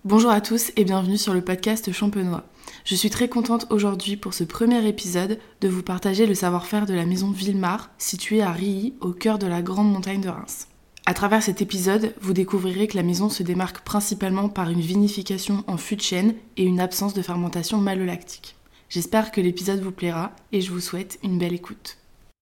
Bonjour à tous et bienvenue sur le podcast Champenois. Je suis très contente aujourd'hui pour ce premier épisode de vous partager le savoir-faire de la maison Villemar, située à Rilly, au cœur de la grande montagne de Reims. À travers cet épisode, vous découvrirez que la maison se démarque principalement par une vinification en fût de chêne et une absence de fermentation malolactique. J'espère que l'épisode vous plaira et je vous souhaite une belle écoute.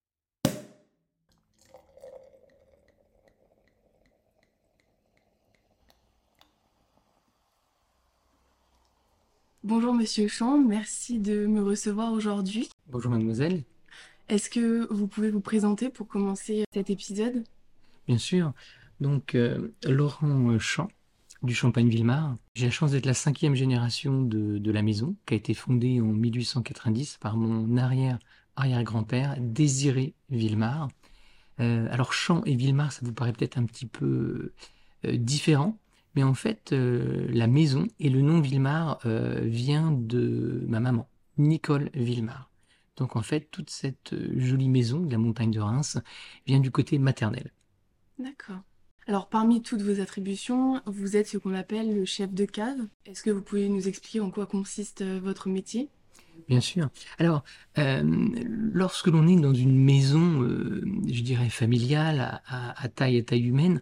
Bonjour Monsieur Champ, merci de me recevoir aujourd'hui. Bonjour mademoiselle, Est-ce que vous pouvez vous présenter pour commencer cet épisode ? bien sûr. Donc Laurent Champ du Champagne-Villemar. J'ai la chance d'être la 5e génération de la maison, qui a été fondée en 1890 par mon arrière-grand-père, Désiré Villemar. Alors Champ et Villemar, ça vous paraît peut-être un petit peu différent, mais en fait la maison et le nom Villemar vient de ma maman, Nicole Villemar. Donc en fait, toute cette jolie maison de la montagne de Reims vient du côté maternel. D'accord. Alors, parmi toutes vos attributions, vous êtes ce qu'on appelle le chef de cave. Est-ce que vous pouvez nous expliquer en quoi consiste votre métier ? Bien sûr. Alors, lorsque l'on est dans une maison, je dirais familiale, à taille humaine,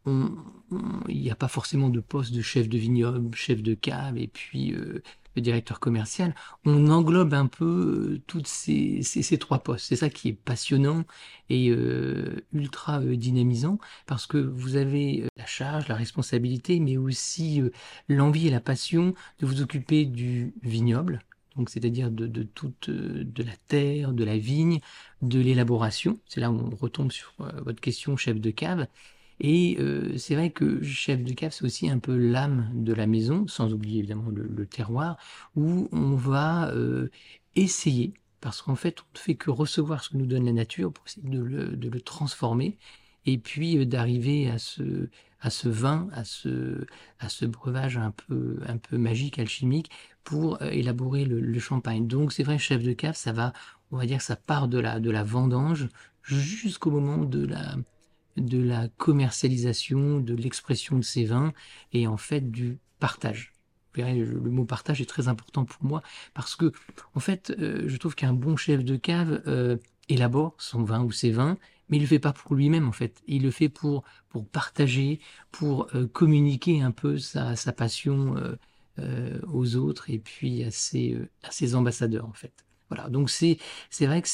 il n'y a pas forcément de poste de chef de vignoble, chef de cave et puis le directeur commercial. On englobe un peu toutes ces trois postes. C'est ça qui est passionnant et ultra dynamisant parce que vous avez la charge, la responsabilité, mais aussi l'envie et la passion de vous occuper du vignoble. Donc, c'est-à-dire de la terre, de la vigne, de l'élaboration. C'est là où on retombe sur votre question, chef de cave. Et c'est vrai que chef de cave, c'est aussi un peu l'âme de la maison, sans oublier évidemment le terroir, où on va essayer, parce qu'en fait, on ne fait que recevoir ce que nous donne la nature pour essayer de le transformer, et puis d'arriver à ce vin, à ce breuvage un peu magique, alchimique, pour élaborer le champagne. Donc c'est vrai, chef de cave, on va dire que ça part de la vendange jusqu'au moment de la commercialisation, de l'expression de ces vins et en fait du partage. Vous verrez, le mot partage est très important pour moi parce que en fait, je trouve qu'un bon chef de cave élabore son vin ou ses vins, mais il le fait pas pour lui-même en fait. Il le fait pour partager, pour communiquer un peu sa passion aux autres et puis à ses ambassadeurs en fait. Voilà, donc c'est vrai que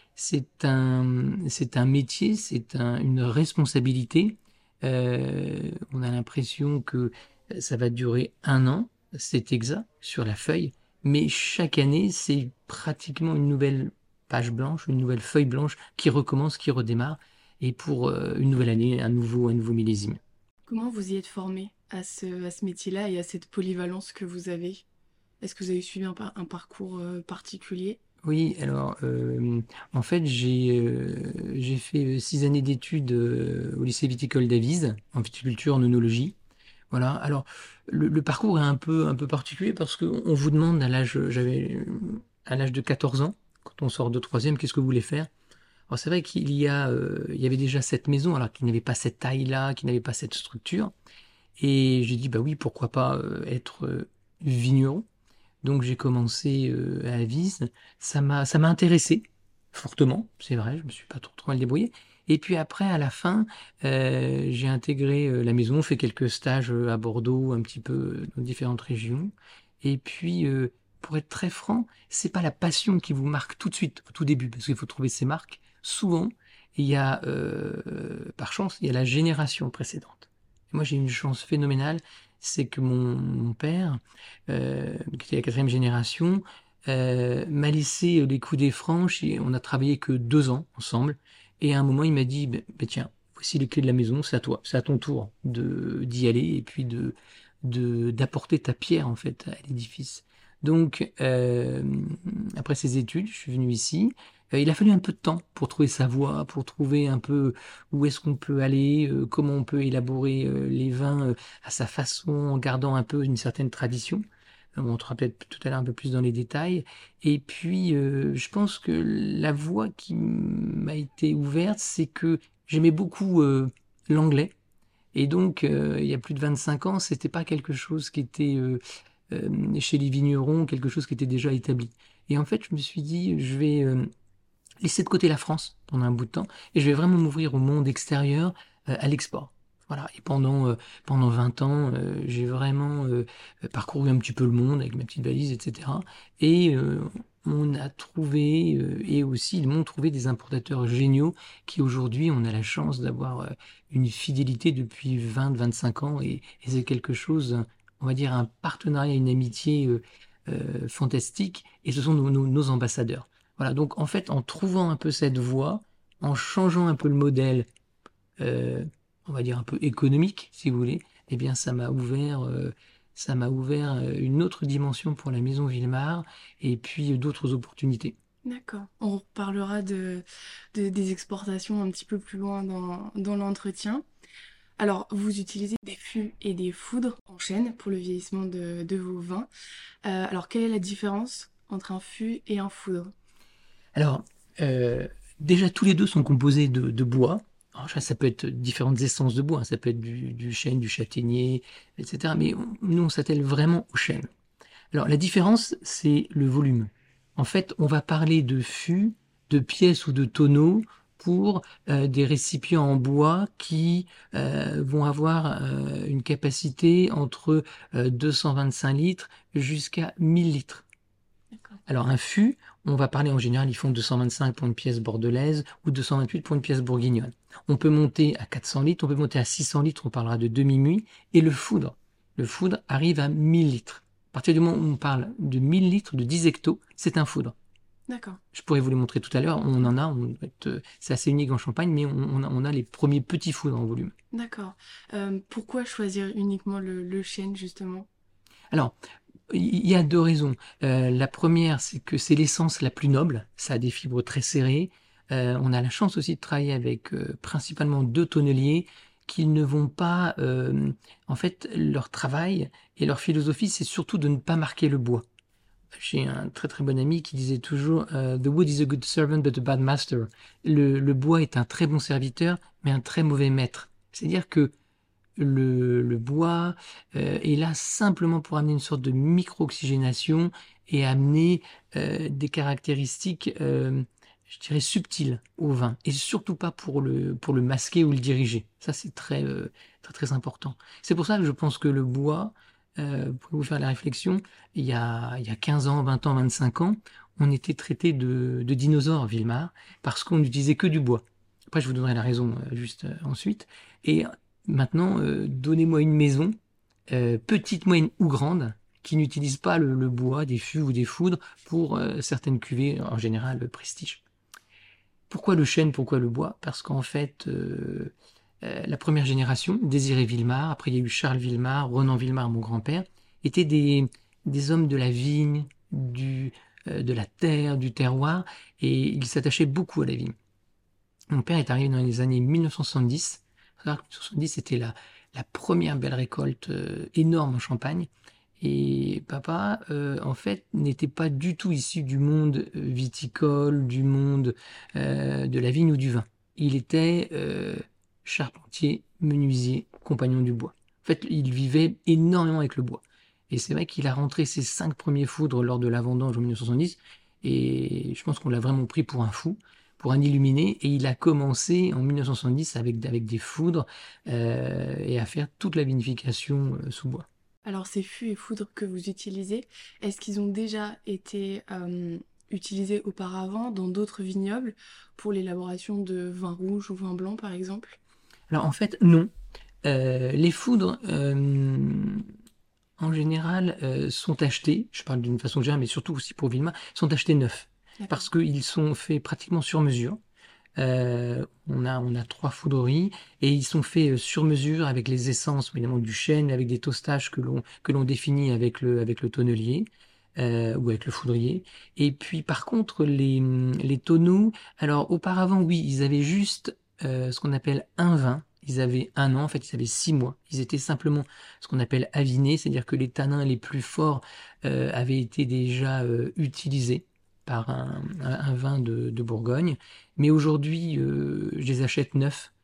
c'est un métier, une responsabilité. On a l'impression que ça va durer 1 an, c'est exact, sur la feuille, mais chaque année, c'est pratiquement une nouvelle page blanche, une nouvelle feuille blanche qui recommence, qui redémarre, et pour une nouvelle année, un nouveau millésime. Comment vous y êtes formé à ce métier-là et à cette polyvalence que vous avez ? Est-ce que vous avez suivi un parcours particulier ? Oui, alors en fait j'ai fait 6 années d'études au lycée viticole d'Avise en viticulture, en œnologie. Voilà. Alors le parcours est un peu particulier parce qu'on vous demande à l'âge de 14 ans, quand on sort de troisième, qu'est-ce que vous voulez faire? Alors c'est vrai il y avait déjà cette maison alors qui n'avait pas cette taille-là, qui n'avait pas cette structure, et j'ai dit bah oui, pourquoi pas être vigneron. Donc j'ai commencé à Avise. Ça m'a intéressé fortement, c'est vrai, je me suis pas trop mal débrouillé. Et puis après, à la fin, j'ai intégré la maison, fait quelques stages à Bordeaux, un petit peu dans différentes régions. Et puis, pour être très franc, c'est pas la passion qui vous marque tout de suite, au tout début, parce qu'il faut trouver ses marques. Souvent, il y a, par chance, il y a la génération précédente. Et moi, j'ai une chance phénoménale, c'est que mon père, qui était la 4e génération, m'a laissé les coudées franches et on a travaillé que 2 ans ensemble. Et à un moment, il m'a dit, tiens, voici les clés de la maison, c'est à toi, c'est à ton tour d'y aller et puis d'apporter ta pierre en fait à l'édifice. Donc, après ces études, je suis venu ici. Il a fallu un peu de temps pour trouver sa voie, pour trouver un peu où est-ce qu'on peut aller, comment on peut élaborer les vins à sa façon, en gardant un peu une certaine tradition. On rentrera peut-être tout à l'heure un peu plus dans les détails. Et puis, je pense que la voie qui m'a été ouverte, c'est que j'aimais beaucoup l'anglais. Et donc, il y a plus de 25 ans, c'était pas quelque chose qui était chez les vignerons, quelque chose qui était déjà établi. Et en fait, je me suis dit, je vais laisser de côté la France pendant un bout de temps et je vais vraiment m'ouvrir au monde extérieur, à l'export. Voilà. Et pendant 20 ans, j'ai vraiment parcouru un petit peu le monde avec ma petite valise, etc. Et on a trouvé, et aussi ils m'ont trouvé des importateurs géniaux qui aujourd'hui, on a la chance d'avoir une fidélité depuis 20-25 ans et c'est quelque chose, on va dire un partenariat, une amitié fantastique et ce sont nos ambassadeurs. Voilà, donc en fait, en trouvant un peu cette voie, en changeant un peu le modèle, euh, on va dire un peu économique, si vous voulez, eh bien ça m'a ouvert une autre dimension pour la Maison Villemar et puis d'autres opportunités. D'accord. On reparlera des exportations un petit peu plus loin dans l'entretien. Alors, vous utilisez des fûts et des foudres en chêne pour le vieillissement de vos vins. Alors, quelle est la différence entre un fût et un foudre? Alors, déjà, tous les deux sont composés de bois. Alors, ça peut être différentes essences de bois, hein. Ça peut être du chêne, du châtaignier, etc. Mais nous, on s'attelle vraiment au chêne. Alors, la différence, c'est le volume. En fait, on va parler de fûts, de pièces ou de tonneaux pour des récipients en bois qui vont avoir une capacité entre 225 litres jusqu'à 1000 litres. D'accord. Alors, un fût, on va parler en général, ils font 225 pour une pièce bordelaise ou 228 pour une pièce bourguignonne. On peut monter à 400 litres, on peut monter à 600 litres, on parlera de demi-muit. Et le foudre arrive à 1000 litres. À partir du moment où on parle de 1000 litres, de 10 hectos, c'est un foudre. D'accord. Je pourrais vous les montrer tout à l'heure, on en a, c'est assez unique en Champagne, mais on a les premiers petits foudres en volume. D'accord. Pourquoi choisir uniquement le chêne, justement? Alors, il y a deux raisons. La première, c'est que c'est l'essence la plus noble. Ça a des fibres très serrées. On a la chance aussi de travailler avec principalement deux tonneliers qui ne vont pas... en fait, leur travail et leur philosophie, c'est surtout de ne pas marquer le bois. J'ai un très très bon ami qui disait toujours The wood is a good servant but a bad master. Le bois est un très bon serviteur, mais un très mauvais maître. C'est-à-dire que le bois est là simplement pour amener une sorte de micro-oxygénation et amener des caractéristiques, je dirais, subtiles au vin. Et surtout pas pour le masquer ou le diriger. Ça, c'est très, très, très important. C'est pour ça que je pense que le bois, pour vous faire la réflexion, il y a 15 ans, 20 ans, 25 ans, on était traité de dinosaures, Villemar, parce qu'on n'utilisait que du bois. Après, je vous donnerai la raison juste ensuite. Et maintenant, donnez-moi une maison, petite, moyenne ou grande, qui n'utilise pas le bois, des fûts ou des foudres pour certaines cuvées, en général prestige. Pourquoi le chêne, pourquoi le bois? Parce qu'en fait, la première génération, Désiré Villemar, après il y a eu Charles Villemar, Renan Villemar, mon grand-père, étaient des hommes de la vigne, de la terre, du terroir, et ils s'attachaient beaucoup à la vigne. Mon père est arrivé dans les années 1970. Il faut savoir que 1970, c'était la première belle récolte énorme en Champagne. Et papa, en fait, n'était pas du tout issu du monde viticole, du monde de la vigne ou du vin. Il était charpentier, menuisier, compagnon du bois. En fait, il vivait énormément avec le bois. Et c'est vrai qu'il a rentré ses 5 premiers foudres lors de la vendange en 1970. Et je pense qu'on l'a vraiment pris pour un fou, pour un illuminé. Et il a commencé en 1970 avec des foudres et à faire toute la vinification sous bois. Alors, ces fûts et foudres que vous utilisez, est-ce qu'ils ont déjà été utilisés auparavant dans d'autres vignobles pour l'élaboration de vin rouge ou vin blanc, par exemple? Alors en fait, non. Les foudres, en général, sont achetés, je parle d'une façon générale, mais surtout aussi pour Vilma, sont achetés neufs. D'accord. Parce qu'ils sont faits pratiquement sur mesure. On a 3 foudreries et ils sont faits sur mesure avec les essences, évidemment du chêne, avec des toastages que l'on définit avec le tonnelier ou avec le foudrier. Et puis par contre, les tonneaux, alors auparavant, oui, ils avaient juste ce qu'on appelle un vin. Ils avaient 1 an, en fait, ils avaient 6 mois. Ils étaient simplement ce qu'on appelle avinés, c'est-à-dire que les tanins les plus forts avaient été déjà utilisés par un vin de Bourgogne. Mais aujourd'hui, je les achète neufs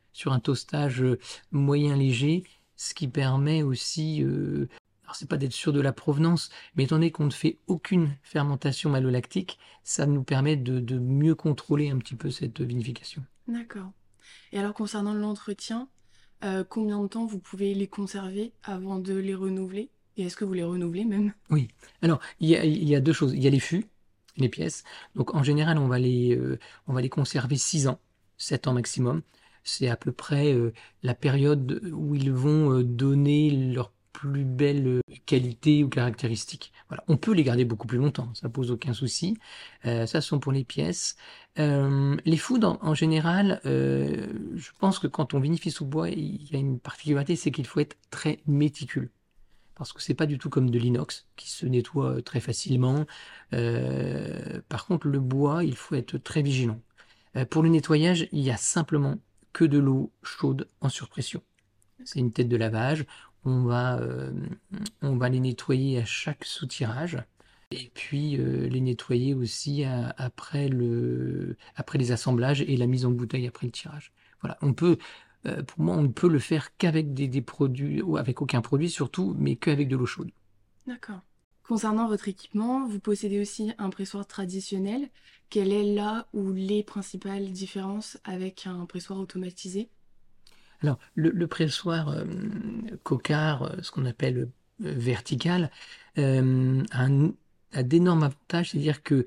sur un toastage moyen léger, ce qui permet aussi, alors c'est pas d'être sûr de la provenance, mais étant donné qu'on ne fait aucune fermentation malolactique, ça nous permet de mieux contrôler un petit peu cette vinification. D'accord. Et alors concernant l'entretien, combien de temps vous pouvez les conserver avant de les renouveler? Et est-ce que vous les renouvelez même? Oui. Alors, il y a deux choses. Il y a les fûts, les pièces. Donc, en général, on va les conserver 6 ans, 7 ans maximum. C'est à peu près la période où ils vont donner leur plus belle qualité ou caractéristiques. Voilà. On peut les garder beaucoup plus longtemps, ça pose aucun souci. Ça, ce sont pour les pièces. Les fûts, en général, je pense que quand on vinifie sous bois, il y a une particularité, c'est qu'il faut être très méticuleux parce que c'est pas du tout comme de l'inox qui se nettoie très facilement. Par contre, le bois, il faut être très vigilant. Pour le nettoyage, il y a simplement que de l'eau chaude en surpression. C'est une tête de lavage. On va les nettoyer à chaque soutirage. Et puis les nettoyer aussi après les assemblages et la mise en bouteille après le tirage. Voilà, pour moi, on ne peut le faire qu'avec des produits, ou avec aucun produit surtout, mais qu'avec de l'eau chaude. D'accord. Concernant votre équipement, vous possédez aussi un pressoir traditionnel. Quelle est la ou les principales différences avec un pressoir automatisé? Alors, le pressoir Cocard, ce qu'on appelle vertical, a d'énormes avantages, c'est-à-dire que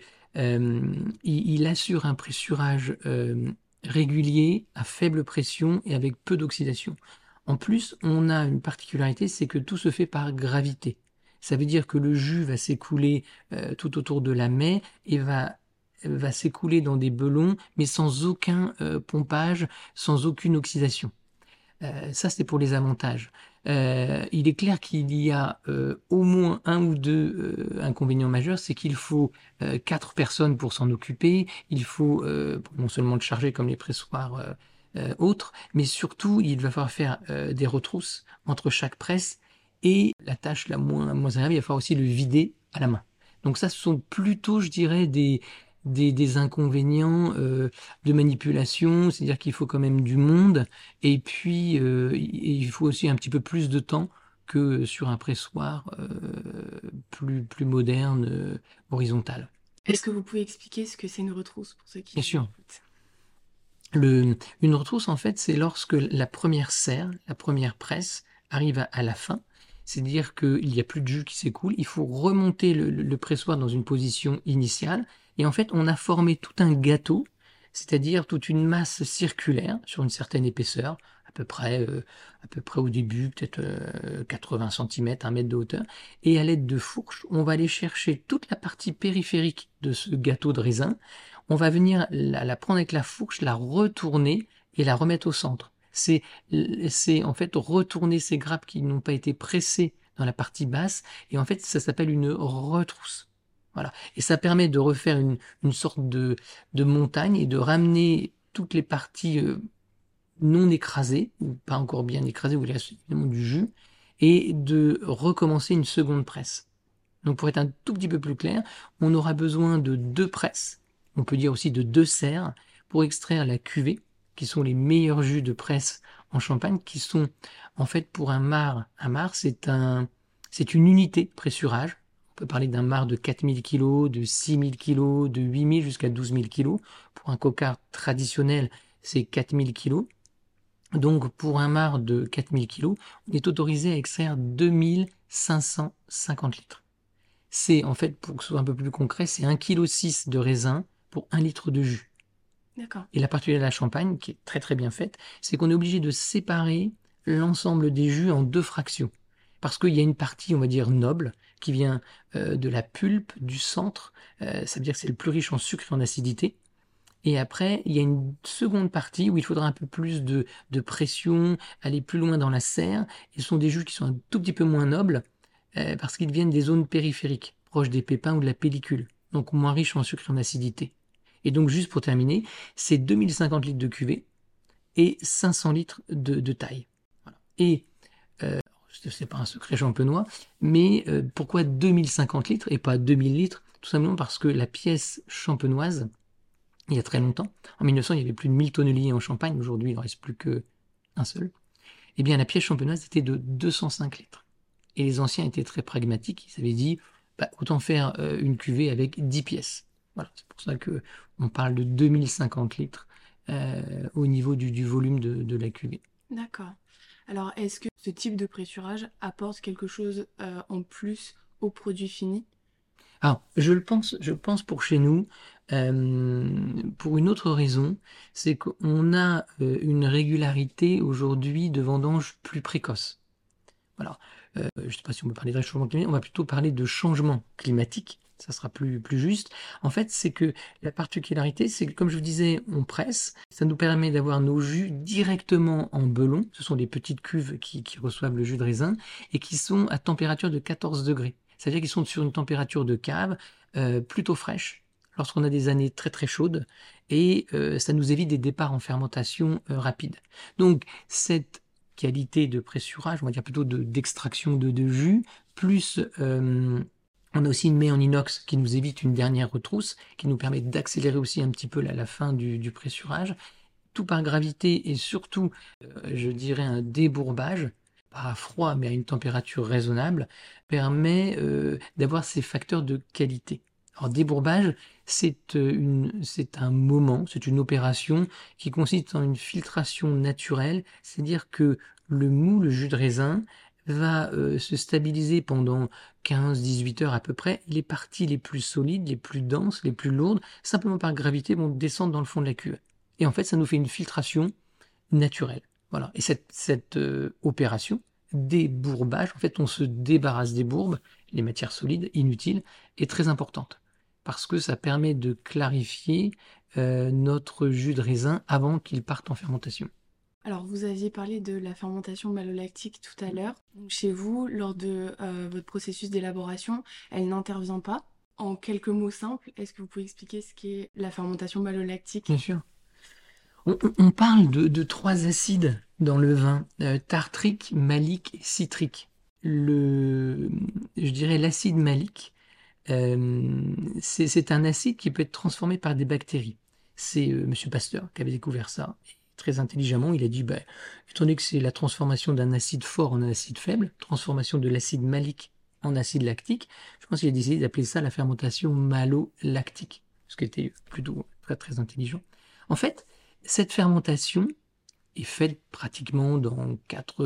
il assure un pressurage régulier, à faible pression et avec peu d'oxydation. En plus, on a une particularité, c'est que tout se fait par gravité. Ça veut dire que le jus va s'écouler tout autour de la maie et va s'écouler dans des belons, mais sans aucun pompage, sans aucune oxydation. Ça, c'est pour les avantages. Il est clair qu'il y a au moins un ou deux inconvénients majeurs, c'est qu'il faut 4 personnes pour s'en occuper, il faut non seulement le charger comme les pressoirs autres, mais surtout il va falloir faire des retrousses entre chaque presse et la tâche la moins agréable, il va falloir aussi le vider à la main. Donc ça, ce sont plutôt, je dirais, des inconvénients de manipulation, c'est-à-dire qu'il faut quand même du monde, et puis il faut aussi un petit peu plus de temps que sur un pressoir plus moderne, horizontal. Est-ce que vous pouvez expliquer ce que c'est une retrousse pour ceux qui Bien sûr. écoutent? Une retrousse, en fait, c'est lorsque la première serre, la première presse arrive à la fin, c'est-à-dire qu'il n'y a plus de jus qui s'écoule, il faut remonter le pressoir dans une position initiale, et en fait, on a formé tout un gâteau, c'est-à-dire toute une masse circulaire sur une certaine épaisseur, à peu près au début, peut-être 80 cm, 1 mètre de hauteur, et à l'aide de fourches, on va aller chercher toute la partie périphérique de ce gâteau de raisin, on va venir la prendre avec la fourche, la retourner et la remettre au centre. C'est en fait retourner ces grappes qui n'ont pas été pressées dans la partie basse, et en fait ça s'appelle une retrousse. Voilà. Et ça permet de refaire une sorte de montagne et de ramener toutes les parties non écrasées, ou pas encore bien écrasées, où il reste évidemment du jus, et de recommencer une seconde presse. Donc pour être un tout petit peu plus clair, on aura besoin de 2 presses, on peut dire aussi de 2 serres, pour extraire la cuvée, qui sont les meilleurs jus de presse en Champagne, qui sont en fait pour un marc, c'est une unité de pressurage. On peut parler d'un marc de 4000 kg, de 6000 kg, de 8000 jusqu'à 12 000 kg. Pour un cocard traditionnel, c'est 4000 kg. Donc pour un marc de 4000 kg, on est autorisé à extraire 2550 litres. C'est en fait, pour que ce soit un peu plus concret, c'est 1,6 kg de raisin pour 1 litre de jus. D'accord. Et la particularité de la Champagne, qui est très très bien faite, c'est qu'on est obligé de séparer l'ensemble des jus en 2 fractions. Parce qu'il y a une partie, on va dire, noble, qui vient de la pulpe, du centre, ça veut dire que c'est le plus riche en sucre et en acidité. Et après, il y a une seconde partie où il faudra un peu plus de pression, aller plus loin dans la serre. Et ce sont des jus qui sont un tout petit peu moins nobles, parce qu'ils viennent des zones périphériques, proches des pépins ou de la pellicule, donc moins riches en sucre et en acidité. Et donc, juste pour terminer, c'est 2050 litres de cuvée et 500 litres de taille. Voilà. Et, c'est pas un secret champenois, mais pourquoi 2050 litres et pas 2000 litres? Tout simplement parce que la pièce champenoise, il y a très longtemps, en 1900, il y avait plus de 1000 tonneliers en Champagne, aujourd'hui il ne reste plus que un seul, eh bien la pièce champenoise était de 205 litres. Et les anciens étaient très pragmatiques, ils avaient dit, autant faire une cuvée avec 10 pièces. Voilà, c'est pour ça qu'on parle de 2050 litres au niveau du volume de la cuvée. D'accord. Alors, est-ce que ce type de pressurage apporte quelque chose en plus au produit fini? Alors, je pense pour chez nous, pour une autre raison, c'est qu'on a une régularité aujourd'hui de vendange plus précoce. Voilà. Je ne sais pas si on peut parler de réchauffement climatique, on va plutôt parler de changement climatique, ça sera plus juste. En fait, c'est que la particularité, c'est que comme je vous disais, on presse, ça nous permet d'avoir nos jus directement en belon, ce sont des petites cuves qui reçoivent le jus de raisin et qui sont à température de 14 degrés. C'est-à-dire qu'ils sont sur une température de cave plutôt fraîche lorsqu'on a des années très très chaudes et ça nous évite des départs en fermentation rapides. Donc cette qualité de pressurage, on va dire plutôt d'extraction de jus, plus on a aussi une maie en inox qui nous évite une dernière retrousse, qui nous permet d'accélérer aussi un petit peu la fin du pressurage, tout par gravité et surtout, je dirais, un débourbage, pas à froid mais à une température raisonnable, permet d'avoir ces facteurs de qualité. Alors débourbage, c'est un moment, c'est une opération qui consiste en une filtration naturelle, c'est-à-dire que le mou, le jus de raisin, va se stabiliser pendant 15-18 heures à peu près. Les parties les plus solides, les plus denses, les plus lourdes, simplement par gravité, vont descendre dans le fond de la cuve. Et en fait, ça nous fait une filtration naturelle. Voilà. Et cette opération, débourbage, en fait, on se débarrasse des bourbes, les matières solides, inutiles, est très importante. Parce que ça permet de clarifier notre jus de raisin avant qu'il parte en fermentation. Alors, vous aviez parlé de la fermentation malolactique tout à l'heure. Chez vous, lors de votre processus d'élaboration, elle n'intervient pas. En quelques mots simples, est-ce que vous pouvez expliquer ce qu'est la fermentation malolactique? Bien sûr. On parle de 3 acides dans le vin, tartrique, malique et citrique. Je dirais l'acide malique, c'est un acide qui peut être transformé par des bactéries. C'est Monsieur Pasteur qui avait découvert ça. Et très intelligemment, il a dit, étant donné que c'est la transformation d'un acide fort en un acide faible, transformation de l'acide malique en acide lactique, je pense qu'il a décidé d'appeler ça la fermentation malolactique, ce qui était plutôt très très intelligent. En fait, cette fermentation est faite pratiquement dans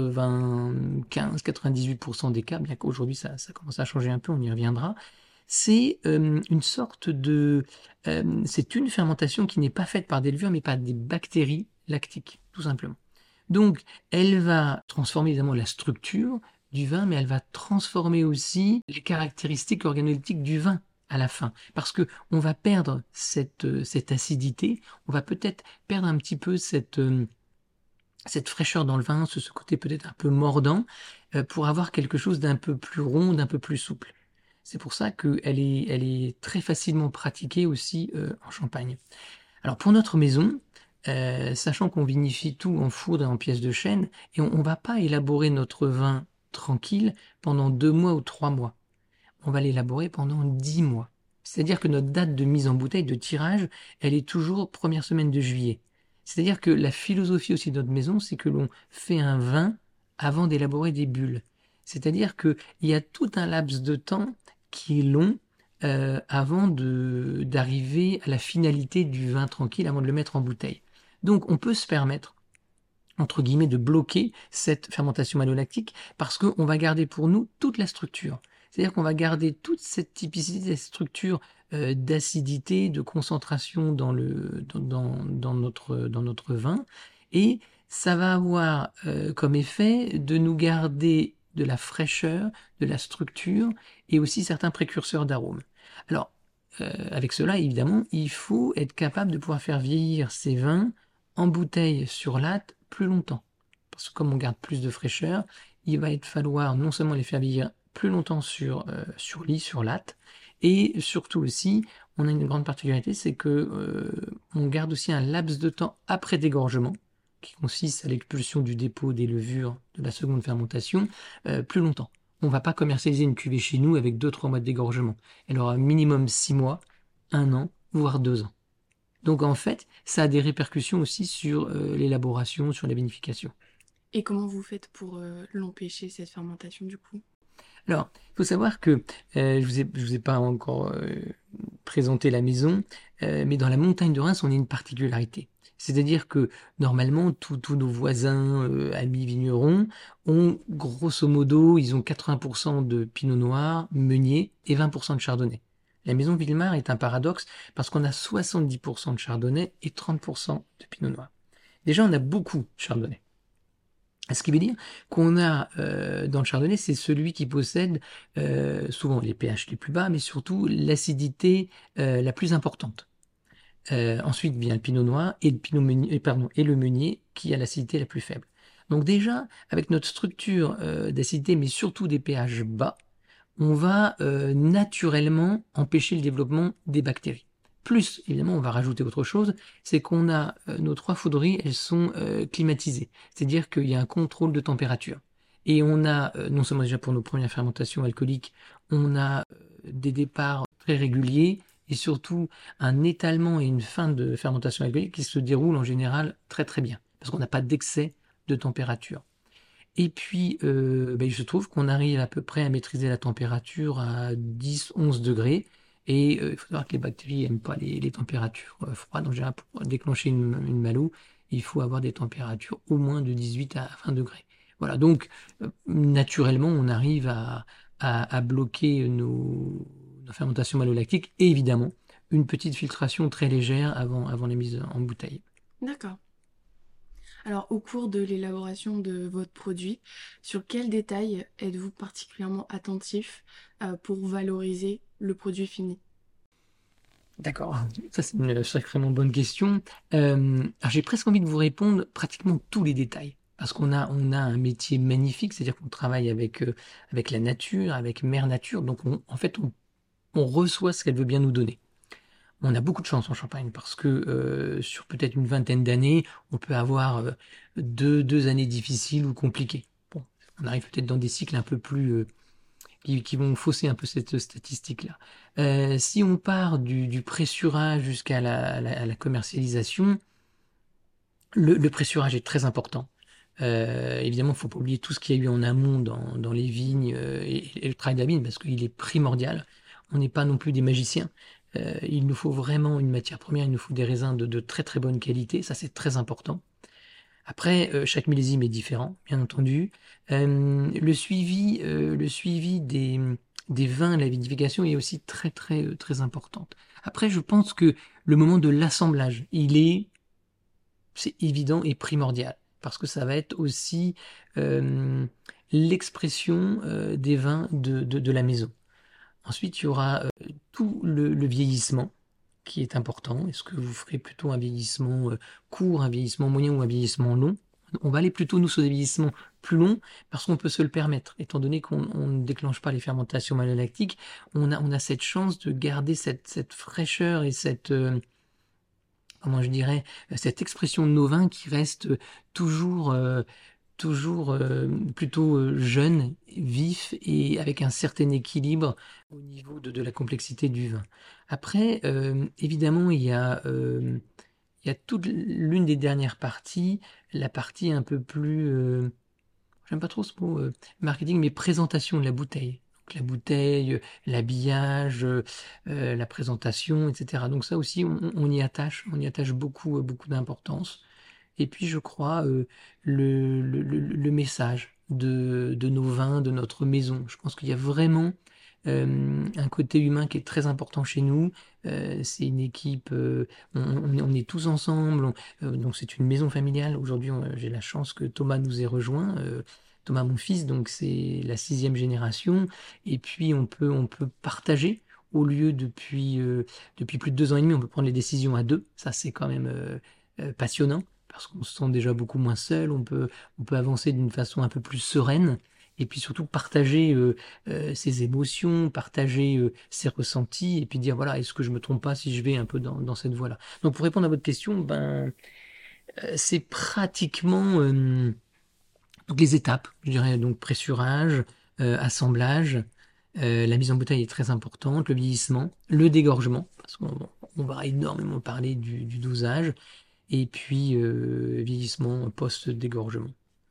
95-98% des cas, bien qu'aujourd'hui ça commence à changer un peu, on y reviendra. C'est une sorte c'est une fermentation qui n'est pas faite par des levures, mais par des bactéries lactiques, tout simplement. Donc, elle va transformer évidemment la structure du vin, mais elle va transformer aussi les caractéristiques organoleptiques du vin à la fin, parce que on va perdre cette acidité, on va peut-être perdre un petit peu cette fraîcheur dans le vin, ce côté peut-être un peu mordant, pour avoir quelque chose d'un peu plus rond, d'un peu plus souple. C'est pour ça qu'elle est très facilement pratiquée aussi en Champagne. Alors pour notre maison, sachant qu'on vinifie tout en foudre et en pièces de chêne, et on ne va pas élaborer notre vin tranquille pendant 2 mois ou 3 mois. On va l'élaborer pendant 10 mois. C'est-à-dire que notre date de mise en bouteille, de tirage, elle est toujours première semaine de juillet. C'est-à-dire que la philosophie aussi de notre maison, c'est que l'on fait un vin avant d'élaborer des bulles. C'est-à-dire qu'il y a tout un laps de temps qui est long avant d'arriver à la finalité du vin tranquille, avant de le mettre en bouteille. Donc on peut se permettre, entre guillemets, de bloquer cette fermentation malolactique parce qu'on va garder pour nous toute la structure. C'est-à-dire qu'on va garder toute cette typicité, cette structure d'acidité, de concentration dans notre vin, et ça va avoir comme effet de nous garder de la fraîcheur, de la structure, et aussi certains précurseurs d'arômes. Alors, avec cela, évidemment, il faut être capable de pouvoir faire vieillir ces vins en bouteille sur latte plus longtemps. Parce que comme on garde plus de fraîcheur, il va falloir non seulement les faire vieillir plus longtemps sur lit, sur latte, et surtout aussi, on a une grande particularité, c'est que on garde aussi un laps de temps après dégorgement, qui consiste à l'expulsion du dépôt des levures de la seconde fermentation, plus longtemps. On ne va pas commercialiser une cuvée chez nous avec 2-3 mois de dégorgement. Elle aura minimum 6 mois, 1 an, voire 2 ans. Donc en fait, ça a des répercussions aussi sur l'élaboration, sur la vinification. Et comment vous faites pour l'empêcher, cette fermentation, du coup? Alors, il faut savoir que je vous ai pas encore présenté la maison, mais dans la montagne de Reims, on a une particularité. C'est-à-dire que normalement, tous nos voisins, amis vignerons, ont grosso modo, ils ont 80% de pinot noir, meunier et 20% de chardonnay. La maison Villemar est un paradoxe parce qu'on a 70% de chardonnay et 30% de pinot noir. Déjà, on a beaucoup de chardonnay. Ce qui veut dire qu'on a dans le chardonnay, c'est celui qui possède souvent les pH les plus bas, mais surtout l'acidité la plus importante. Ensuite vient le pinot noir et le meunier qui a l'acidité la plus faible. Donc déjà, avec notre structure d'acidité, mais surtout des pH bas, on va naturellement empêcher le développement des bactéries. Plus, évidemment, on va rajouter autre chose, c'est qu'on a nos 3 foudreries, elles sont climatisées. C'est-à-dire qu'il y a un contrôle de température. Et on a, non seulement déjà pour nos premières fermentations alcooliques, on a des départs très réguliers et surtout un étalement et une fin de fermentation alcoolique qui se déroule en général très très bien. Parce qu'on n'a pas d'excès de température. Et puis, il se trouve qu'on arrive à peu près à maîtriser la température à 10-11 degrés. Et il faut savoir que les bactéries n'aiment pas les températures froides. Donc, pour déclencher une malo, il faut avoir des températures au moins de 18 à 20 degrés. Voilà, donc naturellement, on arrive à bloquer nos fermentations malolactiques. Et évidemment, une petite filtration très légère avant la mise en bouteille. D'accord. Alors, au cours de l'élaboration de votre produit, sur quels détails êtes-vous particulièrement attentif pour valoriser le produit fini? D'accord, ça c'est une sacrément bonne question. Alors j'ai presque envie de vous répondre pratiquement tous les détails. Parce qu'on a un métier magnifique, c'est-à-dire qu'on travaille avec la nature, avec Mère Nature, donc en fait on reçoit ce qu'elle veut bien nous donner. On a beaucoup de chance en Champagne parce que sur peut-être une vingtaine d'années, on peut avoir deux années difficiles ou compliquées. Bon, on arrive peut-être dans des cycles un peu plus qui vont fausser un peu cette statistique-là. Si on part du pressurage jusqu'à la commercialisation, le pressurage est très important. Évidemment, il ne faut pas oublier tout ce qu'il y a eu en amont dans les vignes et le travail de la vigne parce qu'il est primordial. On n'est pas non plus des magiciens. Il nous faut vraiment une matière première, il nous faut des raisins de très très bonne qualité, ça c'est très important. Après, chaque millésime est différent, bien entendu. Le suivi des vins, la vinification est aussi très très très importante. Après, je pense que le moment de l'assemblage, c'est évident et primordial parce que ça va être aussi l'expression des vins de la maison. Ensuite, il y aura tout le vieillissement qui est important. Est-ce que vous ferez plutôt un vieillissement court, un vieillissement moyen ou un vieillissement long? On va aller plutôt, nous, sur des vieillissements plus longs parce qu'on peut se le permettre. Étant donné qu'on ne déclenche pas les fermentations malolactiques, on a cette chance de garder cette fraîcheur et comment je dirais, cette expression de nos vins qui reste toujours plutôt jeune, vif et avec un certain équilibre au niveau de la complexité du vin. Après, évidemment, il y a toute l'une des dernières parties, la partie un peu plus, j'aime pas trop ce mot marketing, mais présentation de la bouteille. Donc la bouteille, l'habillage, la présentation, etc. Donc ça aussi, on y attache beaucoup, beaucoup d'importance. Et puis, je crois, le message de nos vins, de notre maison. Je pense qu'il y a vraiment un côté humain qui est très important chez nous. C'est une équipe, on est tous ensemble, donc c'est une maison familiale. Aujourd'hui, j'ai la chance que Thomas nous ait rejoint. Thomas, mon fils, donc c'est la 6e génération. Et puis, on peut partager. Au lieu depuis plus de 2 ans et demi, on peut prendre les décisions à deux. Ça, c'est quand même passionnant parce qu'on se sent déjà beaucoup moins seul, on peut avancer d'une façon un peu plus sereine, et puis surtout partager ses émotions, partager ses ressentis, et puis dire voilà, est-ce que je me trompe pas si je vais un peu dans cette voie-là. Donc pour répondre à votre question, c'est pratiquement toutes les étapes, je dirais, donc pressurage, assemblage, la mise en bouteille est très importante, le vieillissement, le dégorgement, parce qu'on va énormément parler du dosage, et puis vieillissement post-dégorgement.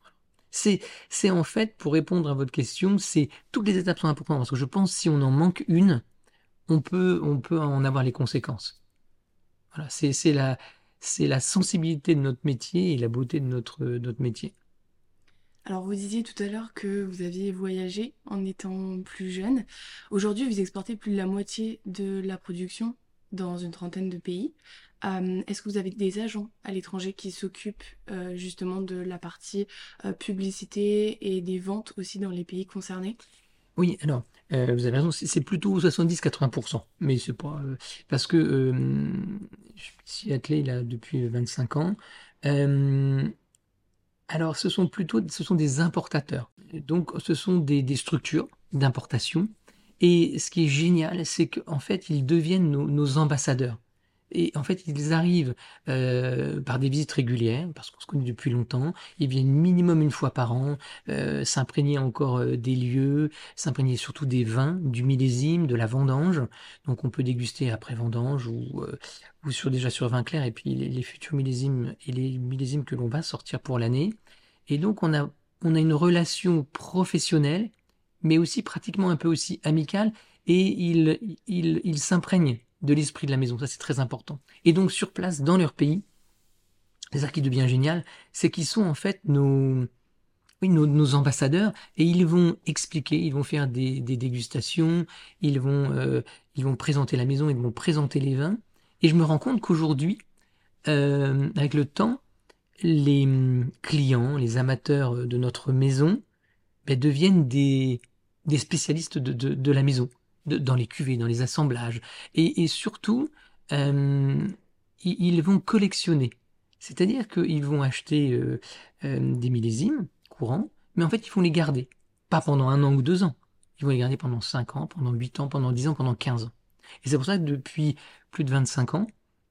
C'est en fait, pour répondre à votre question, c'est toutes les étapes sont importantes parce que je pense que si on en manque une, on peut en avoir les conséquences. Voilà, c'est la sensibilité de notre métier et la beauté de notre métier. Alors vous disiez tout à l'heure que vous aviez voyagé en étant plus jeune. Aujourd'hui, vous exportez plus de la moitié de la production dans une trentaine de pays. Est-ce que vous avez des agents à l'étranger qui s'occupent justement de la partie publicité et des ventes aussi dans les pays concernés? Oui, alors, vous avez raison, c'est plutôt 70-80%, mais c'est pas parce que je suis attelé là depuis 25 ans. Euh, alors, ce sont des importateurs. Donc, ce sont des structures d'importation. Et ce qui est génial, c'est qu'en fait, ils deviennent nos ambassadeurs. Et en fait, ils arrivent par des visites régulières, parce qu'on se connaît depuis longtemps. Ils viennent minimum une fois par an, s'imprégner encore des lieux, s'imprégner surtout des vins, du millésime, de la vendange. Donc, on peut déguster après vendange ou déjà sur vin clair, et puis les futurs millésimes et les millésimes que l'on va sortir pour l'année. Et donc, on a une relation professionnelle, mais aussi pratiquement un peu aussi amicale, et ils s'imprègnent de l'esprit de la maison. Ça, c'est très important. Et donc, sur place, dans leur pays, c'est ça qui devient génial, c'est qu'ils sont en fait oui, nos ambassadeurs, et ils vont expliquer, ils vont faire des dégustations, ils vont présenter la maison, ils vont présenter les vins. Et je me rends compte qu'aujourd'hui, avec le temps, les clients, les amateurs de notre maison, ben, deviennent des spécialistes de la maison, dans les cuvées, dans les assemblages. Et surtout, euh, ils vont collectionner. C'est-à-dire qu'ils vont acheter des millésimes courants, mais en fait, ils vont les garder. Pas pendant 1 an ou 2 ans. Ils vont les garder pendant 5 ans, pendant 8 ans, pendant 10 ans, pendant 15 ans. Et c'est pour ça que depuis plus de 25 ans,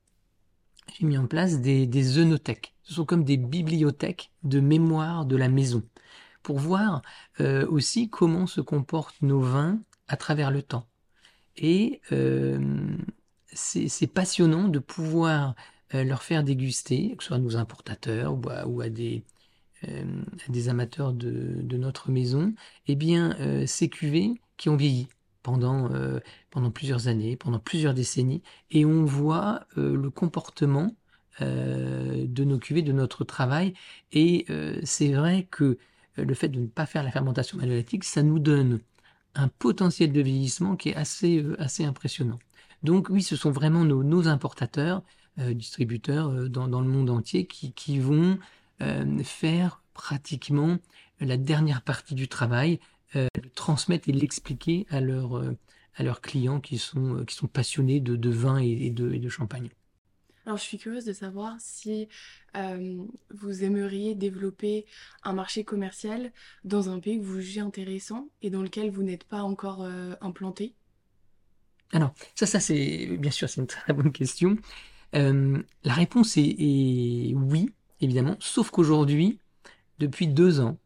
j'ai mis en place des œnothèques. Ce sont comme des bibliothèques de mémoire de la maison, pour voir aussi comment se comportent nos vins à travers le temps. Et c'est passionnant de pouvoir leur faire déguster, que ce soit à nos importateurs ou à des amateurs de notre maison, eh bien, ces cuvées qui ont vieilli pendant plusieurs années, pendant plusieurs décennies, et on voit le comportement de nos cuvées, de notre travail. Et c'est vrai que le fait de ne pas faire la fermentation malolactique, ça nous donne un potentiel de vieillissement qui est assez impressionnant. Donc oui, ce sont vraiment nos importateurs, distributeurs dans le monde entier qui vont faire pratiquement la dernière partie du travail, le transmettre et l'expliquer à leurs clients qui sont passionnés de vin et de champagne. Alors, je suis curieuse de savoir si vous aimeriez développer un marché commercial dans un pays que vous jugez intéressant et dans lequel vous n'êtes pas encore implanté. Alors, ça c'est bien sûr, c'est une très bonne question. La réponse est oui, évidemment, sauf qu'aujourd'hui, depuis 2 ans,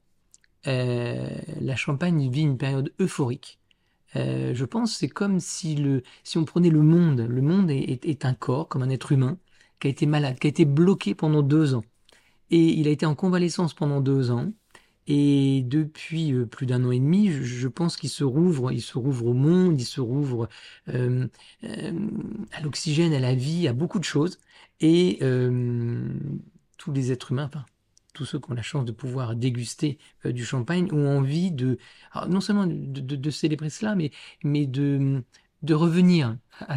la Champagne vit une période euphorique. Je pense que c'est comme si on prenait le monde est un corps, comme un être humain, qui a été malade, qui a été bloqué pendant 2 ans. Et il a été en convalescence pendant 2 ans. Et depuis plus d'1 an et demi, je pense qu'il se rouvre au monde, il se rouvre euh, euh, à l'oxygène, à la vie, à beaucoup de choses. Et tous les êtres humains, enfin, tous ceux qui ont la chance de pouvoir déguster du champagne ont envie alors, non seulement de célébrer cela, mais de revenir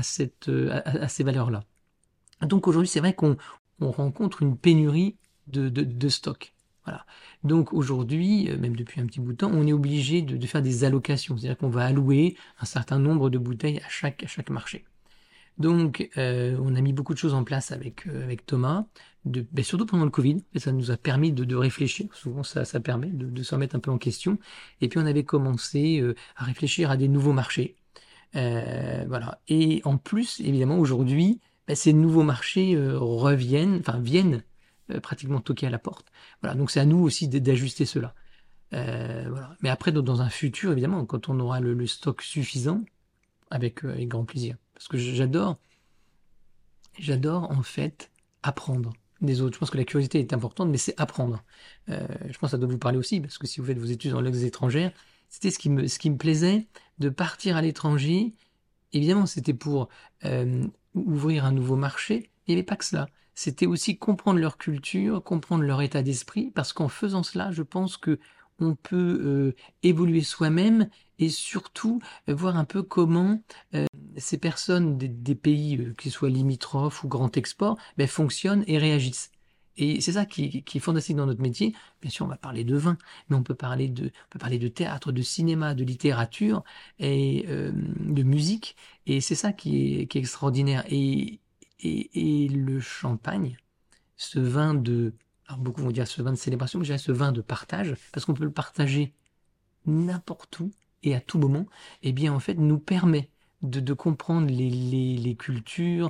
à ces valeurs-là. Donc aujourd'hui, c'est vrai qu'on rencontre une pénurie de stock. Voilà. Donc aujourd'hui, même depuis un petit bout de temps, on est obligé de faire des allocations. C'est-à-dire qu'on va allouer un certain nombre de bouteilles à chaque marché. Donc on a mis beaucoup de choses en place avec Thomas, surtout pendant le Covid, et ça nous a permis de réfléchir. Souvent ça permet de se remettre un peu en question. Et puis on avait commencé à réfléchir à des nouveaux marchés. Voilà. Et en plus, évidemment, aujourd'hui, ces nouveaux marchés viennent pratiquement toquer à la porte. Voilà. Donc c'est à nous aussi d'ajuster cela. Voilà. Mais après, dans un futur, évidemment, quand on aura le stock suffisant, avec grand plaisir. Parce que j'adore en fait apprendre. des autres. Je pense que la curiosité est importante, mais c'est apprendre. Je pense que ça doit vous parler aussi, parce que si vous faites vos études dans langues étrangères, c'était ce qui me plaisait de partir à l'étranger. Évidemment, c'était pour ouvrir un nouveau marché. Il n'y avait pas que cela. C'était aussi comprendre leur culture, comprendre leur état d'esprit, parce qu'en faisant cela, je pense que on peut évoluer soi-même et surtout voir un peu comment ces personnes des pays, qu'ils soient limitrophes ou grand export, ben, fonctionnent et réagissent. Et c'est ça qui est fantastique dans notre métier. Bien sûr, on va parler de vin, mais on peut parler de théâtre, de cinéma, de littérature et de musique. Et c'est ça qui est extraordinaire. Et le champagne, ce vin de... Alors beaucoup vont dire ce vin de célébration, mais je dirais ce vin de partage, parce qu'on peut le partager n'importe où et à tout moment, eh bien en fait nous permet de comprendre les cultures,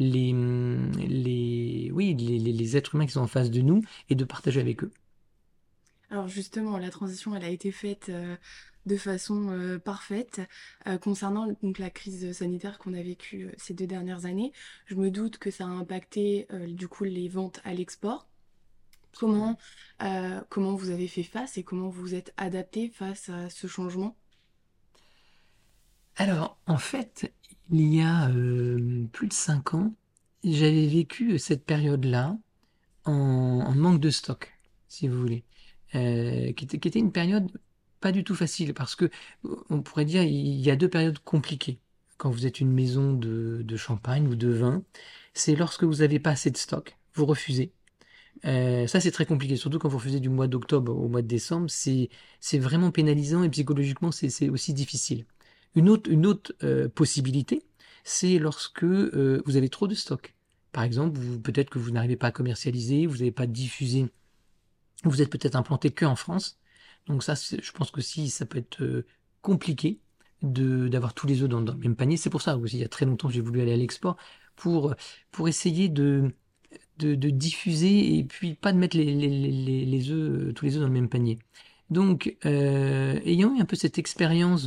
les êtres humains qui sont en face de nous et de partager avec eux. Alors justement, la transition, elle a été faite de façon parfaite. Concernant donc, la crise sanitaire qu'on a vécue ces 2 dernières années, je me doute que ça a impacté du coup les ventes à l'export. Comment vous avez fait face et comment vous vous êtes adapté face à ce changement? Alors en fait, il y a plus de 5 ans, j'avais vécu cette période-là en manque de stock, si vous voulez, qui était une période pas du tout facile parce que on pourrait dire il y a deux périodes compliquées. Quand vous êtes une maison de champagne ou de vin, c'est lorsque vous n'avez pas assez de stock, vous refusez. Ça, c'est très compliqué, surtout quand vous refusez du mois d'octobre au mois de décembre, c'est vraiment pénalisant et psychologiquement, c'est aussi difficile. Une autre possibilité, c'est lorsque vous avez trop de stock. Par exemple, peut-être que vous n'arrivez pas à commercialiser, vous n'avez pas diffusé, vous êtes peut-être implanté que en France. Donc ça, je pense que si ça peut être compliqué d'avoir tous les œufs dans le même panier. C'est pour ça aussi, il y a très longtemps, j'ai voulu aller à l'export pour essayer de diffuser et puis pas de mettre les œufs, tous les œufs dans le même panier. Donc, ayant eu un peu cette expérience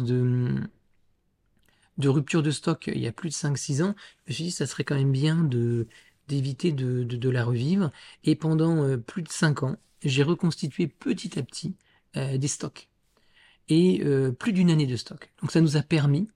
de rupture de stock il y a plus de 5-6 ans, je me suis dit ça serait quand même bien d'éviter de la revivre. Et pendant plus de 5 ans, j'ai reconstitué petit à petit des stocks. Et plus d'une année de stock. Donc ça nous a permis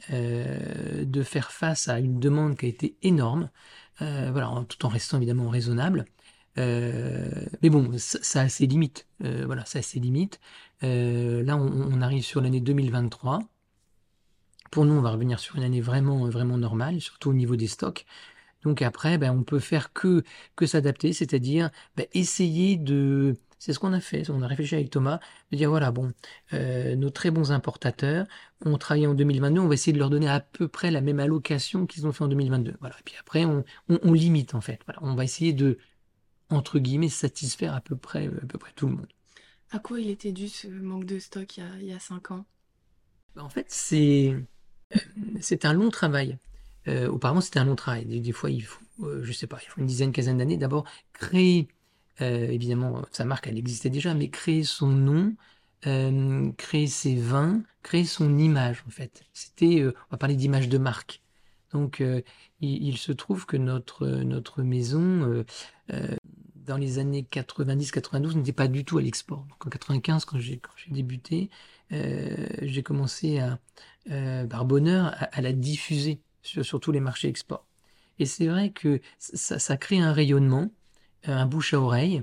de faire face à une demande qui a été énorme, voilà, tout en restant évidemment raisonnable. Mais bon, ça a ses limites. Voilà, ça a ses limites. Là, on arrive sur l'année 2023. Pour nous, on va revenir sur une année vraiment, vraiment normale, surtout au niveau des stocks. Donc après, ben, on peut faire que s'adapter, c'est-à-dire ben, essayer de... C'est ce qu'on a fait, on a réfléchi avec Thomas, de dire voilà, bon, nos très bons importateurs ont travaillé en 2022, on va essayer de leur donner à peu près la même allocation qu'ils ont fait en 2022. Voilà. Et puis après, on limite en fait. Voilà. On va essayer de, entre guillemets, satisfaire à peu près tout le monde. À quoi il était dû ce manque de stock il y a 5 ans? Ben, en fait, c'est un long travail. Auparavant, c'était un long travail. Des fois, il faut, je sais pas, il faut une dizaine, quinzaine d'années. D'abord, créer, évidemment, sa marque, elle existait déjà, mais créer son nom, créer ses vins, créer son image, en fait. On va parler d'image de marque. Donc, il se trouve que notre maison, dans les années 90-92, n'était pas du tout à l'export. Donc, en 95, quand j'ai débuté, j'ai commencé par bonheur, à la diffuser sur tous les marchés export. Et c'est vrai que ça crée un rayonnement, un bouche à oreille,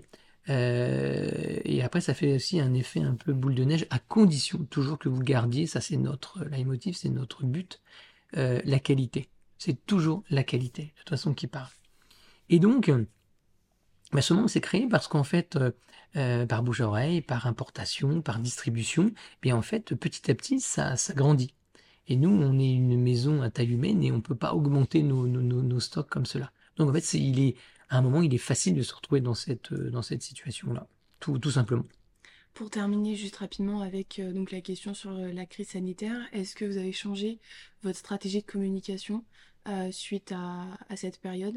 et après ça fait aussi un effet un peu boule de neige, à condition toujours que vous gardiez, ça c'est notre leitmotiv, c'est notre but, la qualité. C'est toujours la qualité, de toute façon, qui parle. Et donc, bah, ce monde s'est créé parce qu'en fait, par bouche à oreille, par importation, par distribution, bien en fait, petit à petit, ça grandit. Et nous, on est une maison à taille humaine et on ne peut pas augmenter nos stocks comme cela. Donc en fait, à un moment, il est facile de se retrouver dans cette situation-là, tout simplement. Pour terminer juste rapidement avec donc la question sur la crise sanitaire, est-ce que vous avez changé votre stratégie de communication suite à cette période?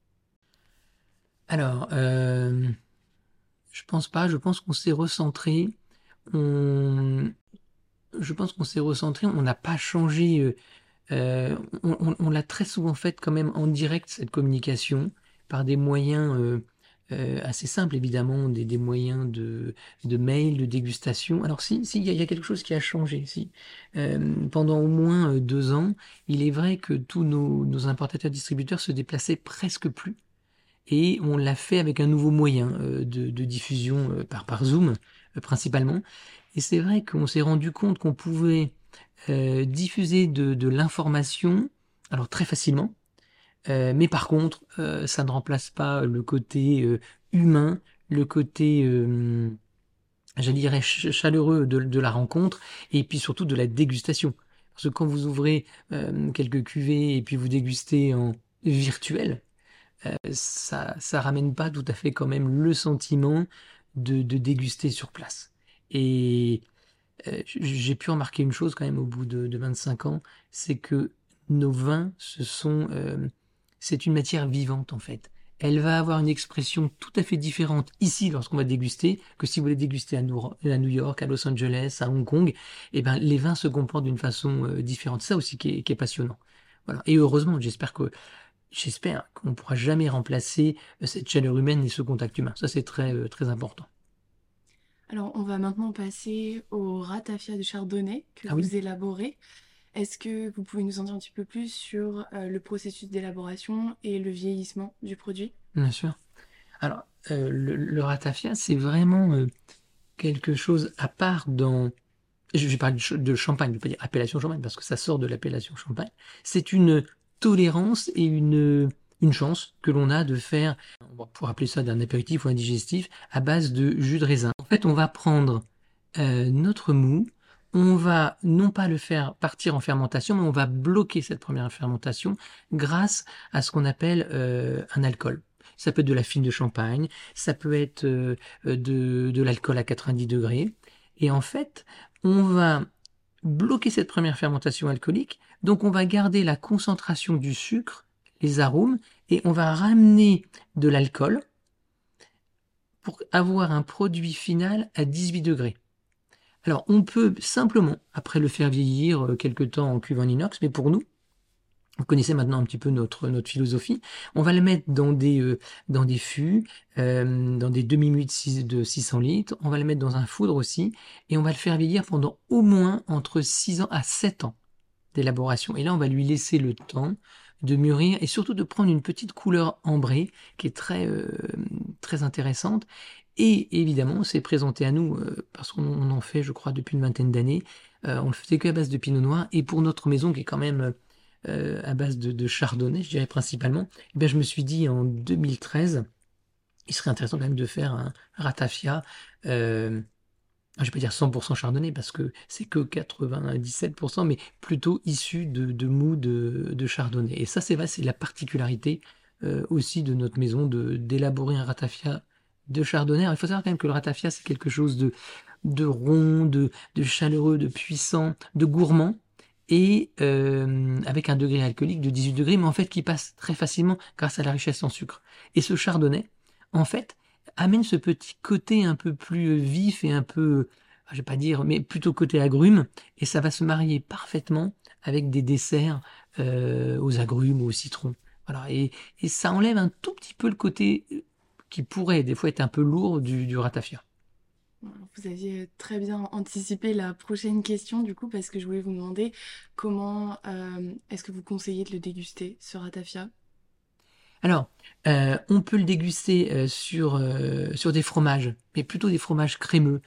Alors, je pense pas, je pense qu'on s'est recentré. On, je pense qu'on s'est recentré, on n'a pas changé. On l'a très souvent fait quand même en direct, cette communication, par des moyens assez simples, évidemment, des moyens de mail, de dégustation. Alors si, il y a quelque chose qui a changé. Si. Pendant au moins 2 ans, il est vrai que tous nos importateurs-distributeurs se déplaçaient presque plus. Et on l'a fait avec un nouveau moyen de diffusion par Zoom, principalement. Et c'est vrai qu'on s'est rendu compte qu'on pouvait diffuser de l'information, alors très facilement, mais par contre, ça ne remplace pas le côté humain, le côté, je dirais, chaleureux de la rencontre, et puis surtout de la dégustation. Parce que quand vous ouvrez quelques cuvées et puis vous dégustez en virtuel, ça ramène pas tout à fait quand même le sentiment de déguster sur place. Et j'ai pu remarquer une chose quand même au bout de 25 ans, c'est que nos vins, c'est une matière vivante en fait. Elle va avoir une expression tout à fait différente ici lorsqu'on va déguster que si vous les dégustez à New York, à Los Angeles, à Hong Kong. Et ben, les vins se comportent d'une façon différente. C'est ça aussi qui est passionnant. Voilà. Et heureusement, j'espère qu'on ne pourra jamais remplacer cette chaleur humaine et ce contact humain. Ça, c'est très, très important. Alors, on va maintenant passer au ratafia de chardonnay que Ah oui, vous élaborez. Est-ce que vous pouvez nous en dire un petit peu plus sur le processus d'élaboration et le vieillissement du produit? bien sûr. Alors, le ratafia, c'est vraiment quelque chose à part dans... Je vais parler de champagne, je ne vais pas dire appellation champagne, parce que ça sort de l'appellation champagne. C'est une tolérance et une chance que l'on a de faire, on va pouvoir appeler ça d'un apéritif ou un digestif, à base de jus de raisin. En fait, on va prendre notre mou, on va non pas le faire partir en fermentation, mais on va bloquer cette première fermentation grâce à ce qu'on appelle un alcool. Ça peut être de la fine de champagne, ça peut être de l'alcool à 90 degrés. Et en fait, on va bloquer cette première fermentation alcoolique, donc on va garder la concentration du sucre, les arômes, et on va ramener de l'alcool pour avoir un produit final à 18 degrés. Alors, on peut simplement, après le faire vieillir quelque temps en cuve en inox, mais pour nous, vous connaissez maintenant un petit peu notre philosophie, on va le mettre dans des fûts, dans des demi-muits de 600 litres, on va le mettre dans un foudre aussi, et on va le faire vieillir pendant au moins entre 6 ans à 7 ans d'élaboration. Et là, on va lui laisser le temps de mûrir et surtout de prendre une petite couleur ambrée qui est très, très intéressante. Et évidemment, c'est présenté à nous parce qu'on en fait, je crois, depuis une vingtaine d'années. On le faisait qu'à base de pinot noir. Et pour notre maison, qui est quand même à base de chardonnay, je dirais principalement, eh bien, je me suis dit en 2013, il serait intéressant quand même de faire un ratafia. Je vais pas dire 100% chardonnay parce que c'est que 97%, mais plutôt issu de mou de chardonnay. Et ça, c'est vrai, c'est la particularité aussi de notre maison d'élaborer un ratafia de chardonnay. Alors, il faut savoir quand même que le ratafia, c'est quelque chose de rond, de chaleureux, de puissant, de gourmand, et avec un degré alcoolique de 18 degrés, mais en fait qui passe très facilement grâce à la richesse en sucre. Et ce chardonnay, en fait, amène ce petit côté un peu plus vif et un peu, je vais pas dire, mais plutôt côté agrumes, et ça va se marier parfaitement avec des desserts aux agrumes ou au citron. Voilà, et ça enlève un tout petit peu le côté qui pourrait des fois être un peu lourd du ratafia. Vous aviez très bien anticipé la prochaine question du coup parce que je voulais vous demander comment est-ce que vous conseillez de le déguster ce ratafia? Alors, on peut le déguster sur des fromages, mais plutôt des fromages crémeux.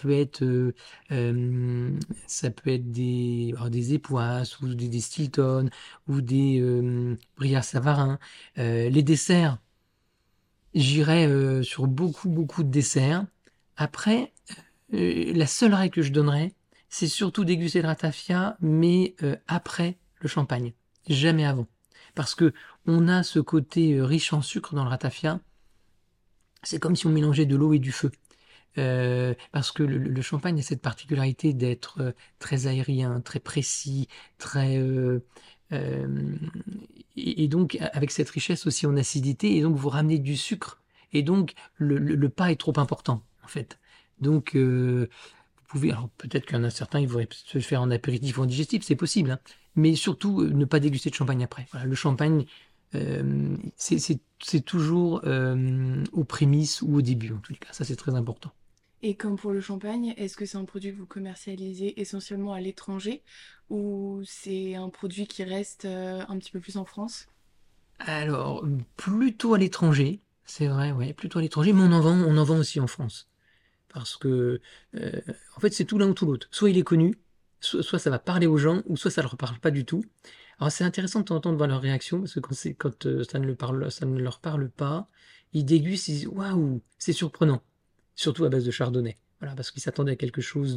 Ça peut être des époisses ou des Stilton ou des Brillat Savarin. Les desserts, j'irais sur beaucoup, beaucoup de desserts. Après, la seule règle que je donnerais, c'est surtout déguster le ratafia, mais après le champagne, jamais avant. Parce que on a ce côté riche en sucre dans le ratafia. C'est comme si on mélangeait de l'eau et du feu. Parce que le champagne a cette particularité d'être très aérien, très précis, très euh, et donc avec cette richesse aussi en acidité, et donc vous ramenez du sucre, et donc le pas est trop important en fait. Donc vous pouvez, alors peut-être qu'il y en a certains, ils voudraient se faire en apéritif ou en digestif, c'est possible, hein, mais surtout ne pas déguster de champagne après. Voilà, le champagne, c'est toujours aux prémices ou au début, en tous les cas. Ça, c'est très important. Et comme pour le champagne, est-ce que c'est un produit que vous commercialisez essentiellement à l'étranger ou c'est un produit qui reste un petit peu plus en France? Alors, plutôt à l'étranger, c'est vrai, ouais, plutôt à l'étranger, mais on en vend aussi en France. Parce que, euh, en fait, c'est tout l'un ou tout l'autre. Soit il est connu, soit ça va parler aux gens, ou soit ça ne leur parle pas du tout. Alors, c'est intéressant de temps en temps de voir leur réaction, parce que quand ça ne leur parle pas, ils dégustent, ils disent waouh, c'est surprenant. Surtout à base de chardonnay. Voilà, parce qu'ils s'attendaient à quelque chose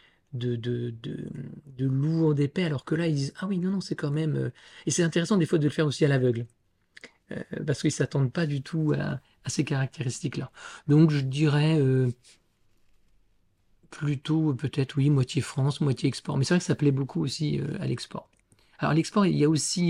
de lourd, d'épais, alors que là, ils disent ah oui, non, non, c'est quand même. Et c'est intéressant des fois de le faire aussi à l'aveugle, parce qu'ils s'attendent pas du tout à ces caractéristiques-là. Donc, je dirais. Plutôt peut-être oui, moitié France, moitié export. Mais c'est vrai que ça plaît beaucoup aussi à l'export. Alors à l'export, il y a aussi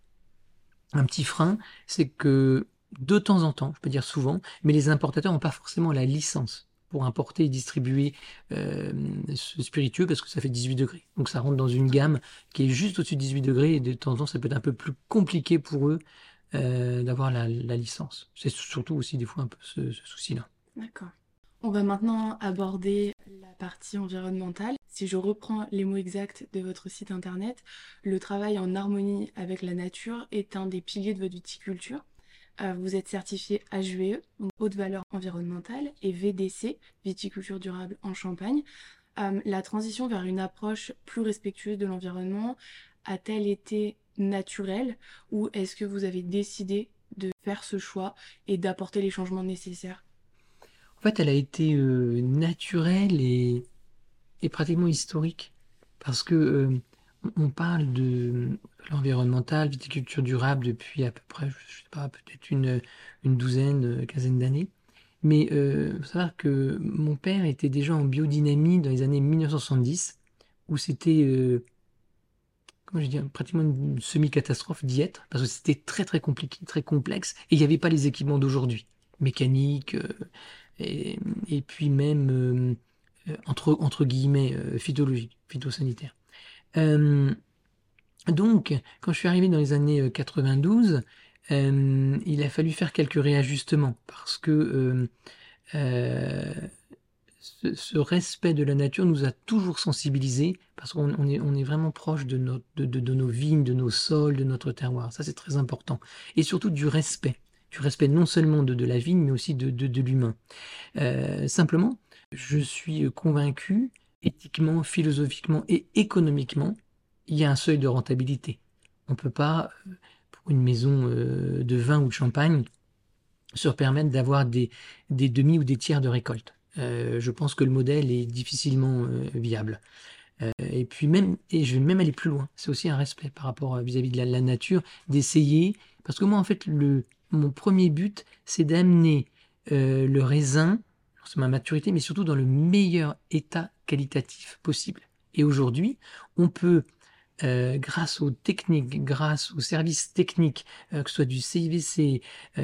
un petit frein, c'est que de temps en temps, je peux dire souvent, mais les importateurs n'ont pas forcément la licence pour importer et distribuer ce spiritueux parce que ça fait 18 degrés. Donc ça rentre dans une gamme qui est juste au-dessus de 18 degrés et de temps en temps ça peut être un peu plus compliqué pour eux d'avoir la licence. C'est surtout aussi des fois un peu ce souci-là. D'accord. On va maintenant aborder la partie environnementale. Si je reprends les mots exacts de votre site internet, le travail en harmonie avec la nature est un des piliers de votre viticulture. Vous êtes certifié HVE, donc haute valeur environnementale, et VDC, viticulture durable en Champagne. La transition vers une approche plus respectueuse de l'environnement a-t-elle été naturelle ou est-ce que vous avez décidé de faire ce choix et d'apporter les changements nécessaires? En fait, elle a été naturelle et pratiquement historique. Parce que on parle de l'environnemental, viticulture durable depuis à peu près, je sais pas, peut-être une douzaine, quinzaine d'années. Mais faut savoir que mon père était déjà en biodynamie dans les années 1970, où c'était, comment je dis, pratiquement une semi-catastrophe d'y être, parce que c'était très très compliqué, très complexe, et il n'y avait pas les équipements d'aujourd'hui, mécaniques, et, et puis même entre guillemets phytologique, phytosanitaire. Euh, donc, quand je suis arrivé dans les années 92, il a fallu faire quelques réajustements parce que euh, ce respect de la nature nous a toujours sensibilisés parce qu'on est vraiment proche de nos vignes, de nos sols, de notre terroir. Ça, c'est très important. Et surtout du respect. Du respect non seulement de la vigne, mais aussi de l'humain. Simplement, je suis convaincu, éthiquement, philosophiquement et économiquement, il y a un seuil de rentabilité. On ne peut pas, pour une maison de vin ou de champagne, se permettre d'avoir des demi ou des tiers de récolte. Je pense que le modèle est difficilement viable. Et puis même, et je vais même aller plus loin, c'est aussi un respect par rapport vis-à-vis de la nature, d'essayer, parce que moi en fait, mon premier but, c'est d'amener le raisin, c'est ma maturité, mais surtout dans le meilleur état qualitatif possible. Et aujourd'hui, on peut grâce aux techniques, grâce aux services techniques, que ce soit du CIVC,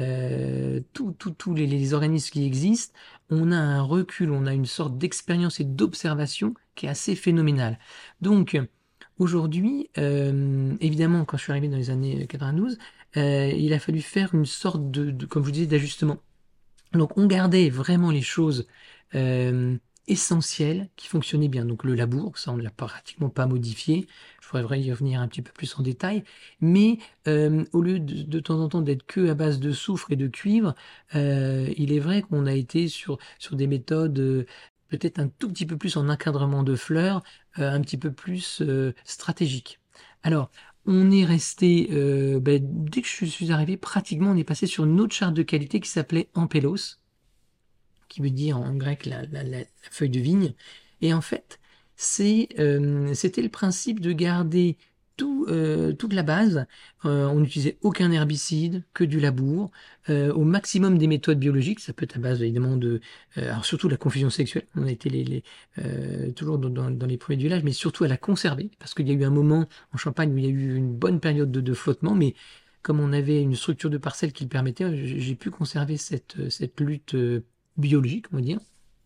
tous les organismes qui existent, on a un recul, on a une sorte d'expérience et d'observation qui est assez phénoménale. Donc, aujourd'hui, évidemment, quand je suis arrivé dans les années 92, il a fallu faire une sorte comme je vous disais, d'ajustement. Donc, on gardait vraiment les choses essentielles qui fonctionnaient bien. Donc, le labour, ça, on ne l'a pratiquement pas modifié. Je pourrais y revenir un petit peu plus en détail. Mais au lieu de temps en temps d'être que à base de soufre et de cuivre, il est vrai qu'on a été sur des méthodes peut-être un tout petit peu plus en encadrement de fleurs, un petit peu plus stratégiques. Alors, on est resté, dès que je suis arrivé, pratiquement, on est passé sur une autre charte de qualité qui s'appelait Ampélos, qui veut dire en grec la feuille de vigne. Et en fait, c'était le principe de garder toute la base. On n'utilisait aucun herbicide, que du labour, au maximum des méthodes biologiques. Ça peut être à base évidemment alors surtout la confusion sexuelle. On a été toujours dans les premiers du village, mais surtout à la conserver, parce qu'il y a eu un moment en Champagne où il y a eu une bonne période de flottement, mais comme on avait une structure de parcelle qui le permettait, j'ai pu conserver cette lutte biologique, on va dire.